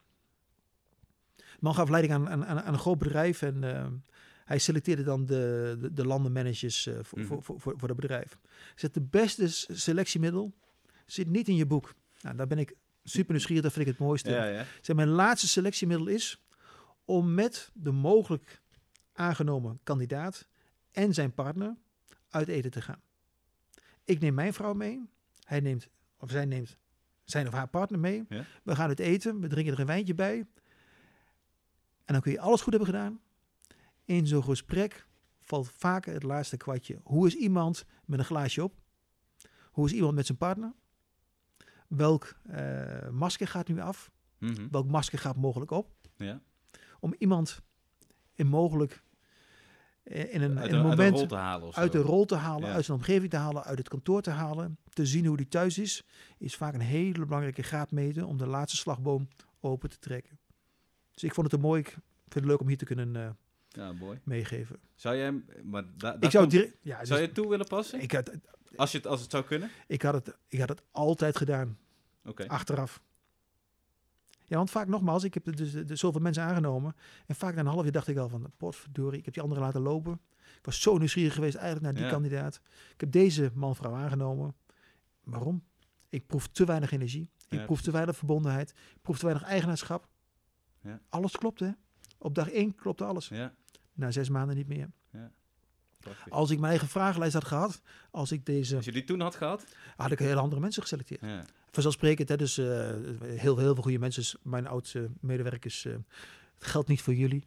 De man gaf leiding aan, aan, aan een groot bedrijf. En uh, hij selecteerde dan de, de, de landenmanagers uh, voor, mm-hmm. voor, voor, voor dat bedrijf. Hij zegt, de beste selectiemiddel zit niet in je boek. Nou, daar ben ik super nieuwsgierig, dat vind ik het mooiste. Ja, ja. Zeg, mijn laatste selectiemiddel is om met de mogelijk aangenomen kandidaat en zijn partner uit eten te gaan. Ik neem mijn vrouw mee. Hij neemt, of zij neemt zijn of haar partner mee. Ja. We gaan uit eten. We drinken er een wijntje bij. En dan kun je alles goed hebben gedaan. In zo'n gesprek valt vaker het laatste kwartje. Hoe is iemand met een glaasje op? Hoe is iemand met zijn partner? Welk uh, masker gaat nu af? Mm-hmm. Welk masker gaat mogelijk op? Ja. Om iemand in mogelijk uh, in een, uit in een de, moment uit de rol te halen, uit de rol te halen, ja. uit zijn omgeving te halen, uit het kantoor te halen, te zien hoe die thuis is, is vaak een hele belangrijke graadmeter om de laatste slagboom open te trekken. Dus ik vond het een mooi, ik vind het leuk om hier te kunnen uh, ja, mooi. meegeven. Zou jij hem, maar da, ik zou, direct, ja, dus, zou je het toe willen passen? Ik had, Als, je het, als het zou kunnen? Ik had het, ik had het altijd gedaan. Okay. Achteraf. Ja, want vaak nogmaals, ik heb er dus, dus zoveel mensen aangenomen. En vaak na een half jaar dacht ik al van, potverdorie, ik heb die andere laten lopen. Ik was zo nieuwsgierig geweest eigenlijk naar die ja. kandidaat. Ik heb deze man-vrouw aangenomen. Waarom? Ik proef te weinig energie. Ik ja, proef precies. te weinig verbondenheid. Ik proef te weinig eigenaarschap. Ja. Alles klopt, hè? Op dag één klopte alles. Ja. Na zes maanden niet meer. Ja. Prachtig. Als ik mijn eigen vragenlijst had gehad, als ik deze... Als je die toen had gehad? Had ik hele andere mensen geselecteerd. Ja. Vanzelfsprekend, hè, dus uh, heel, heel veel goede mensen, mijn oudste medewerkers. Uh, het geldt niet voor jullie.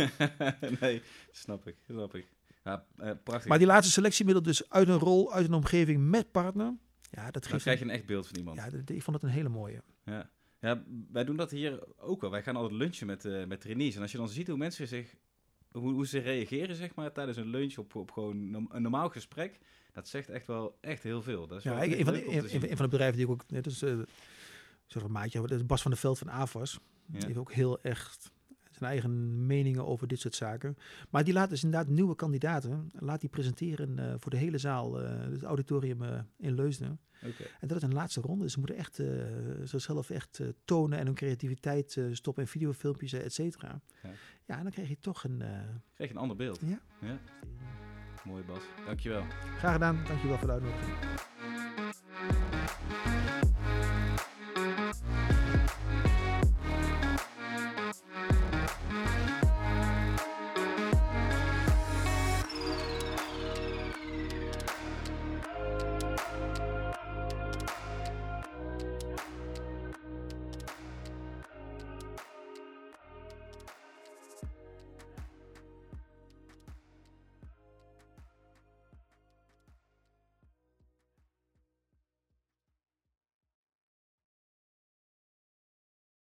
Nee, snap ik, snap ik. Ja, uh, prachtig. Maar die laatste selectiemiddel dus uit een rol, uit een omgeving met partner. Ja, dat Dan geeft krijg je een echt beeld van iemand. Ja, dat, ik vond het een hele mooie. Ja. Ja, wij doen dat hier ook wel. Wij gaan altijd lunchen met, uh, met trainees. En als je dan ziet hoe mensen zich... Hoe, hoe ze reageren, zeg maar, tijdens een lunch op, op gewoon no- een normaal gesprek. Dat zegt echt wel echt heel veel. Dat is ja, wel ik, een, van de, een, een van de bedrijven die ik ook... Net is, uh, soort van maatje, dat is Bas van der Veld van A V A S. Ja. Die heeft ook heel echt zijn eigen meningen over dit soort zaken. Maar die laat dus inderdaad nieuwe kandidaten, laat die presenteren uh, voor de hele zaal, uh, het auditorium uh, in Leusden. Okay. En dat is een laatste ronde. Dus ze moeten echt uh, zichzelf echt uh, tonen en hun creativiteit uh, stoppen in videofilmpjes, et cetera. Ja. Ja, en dan krijg je toch een... Uh, krijg je een ander beeld. Ja. Ja. Mooi, Bas. Dankjewel. Graag gedaan. Dankjewel voor de uitnodiging.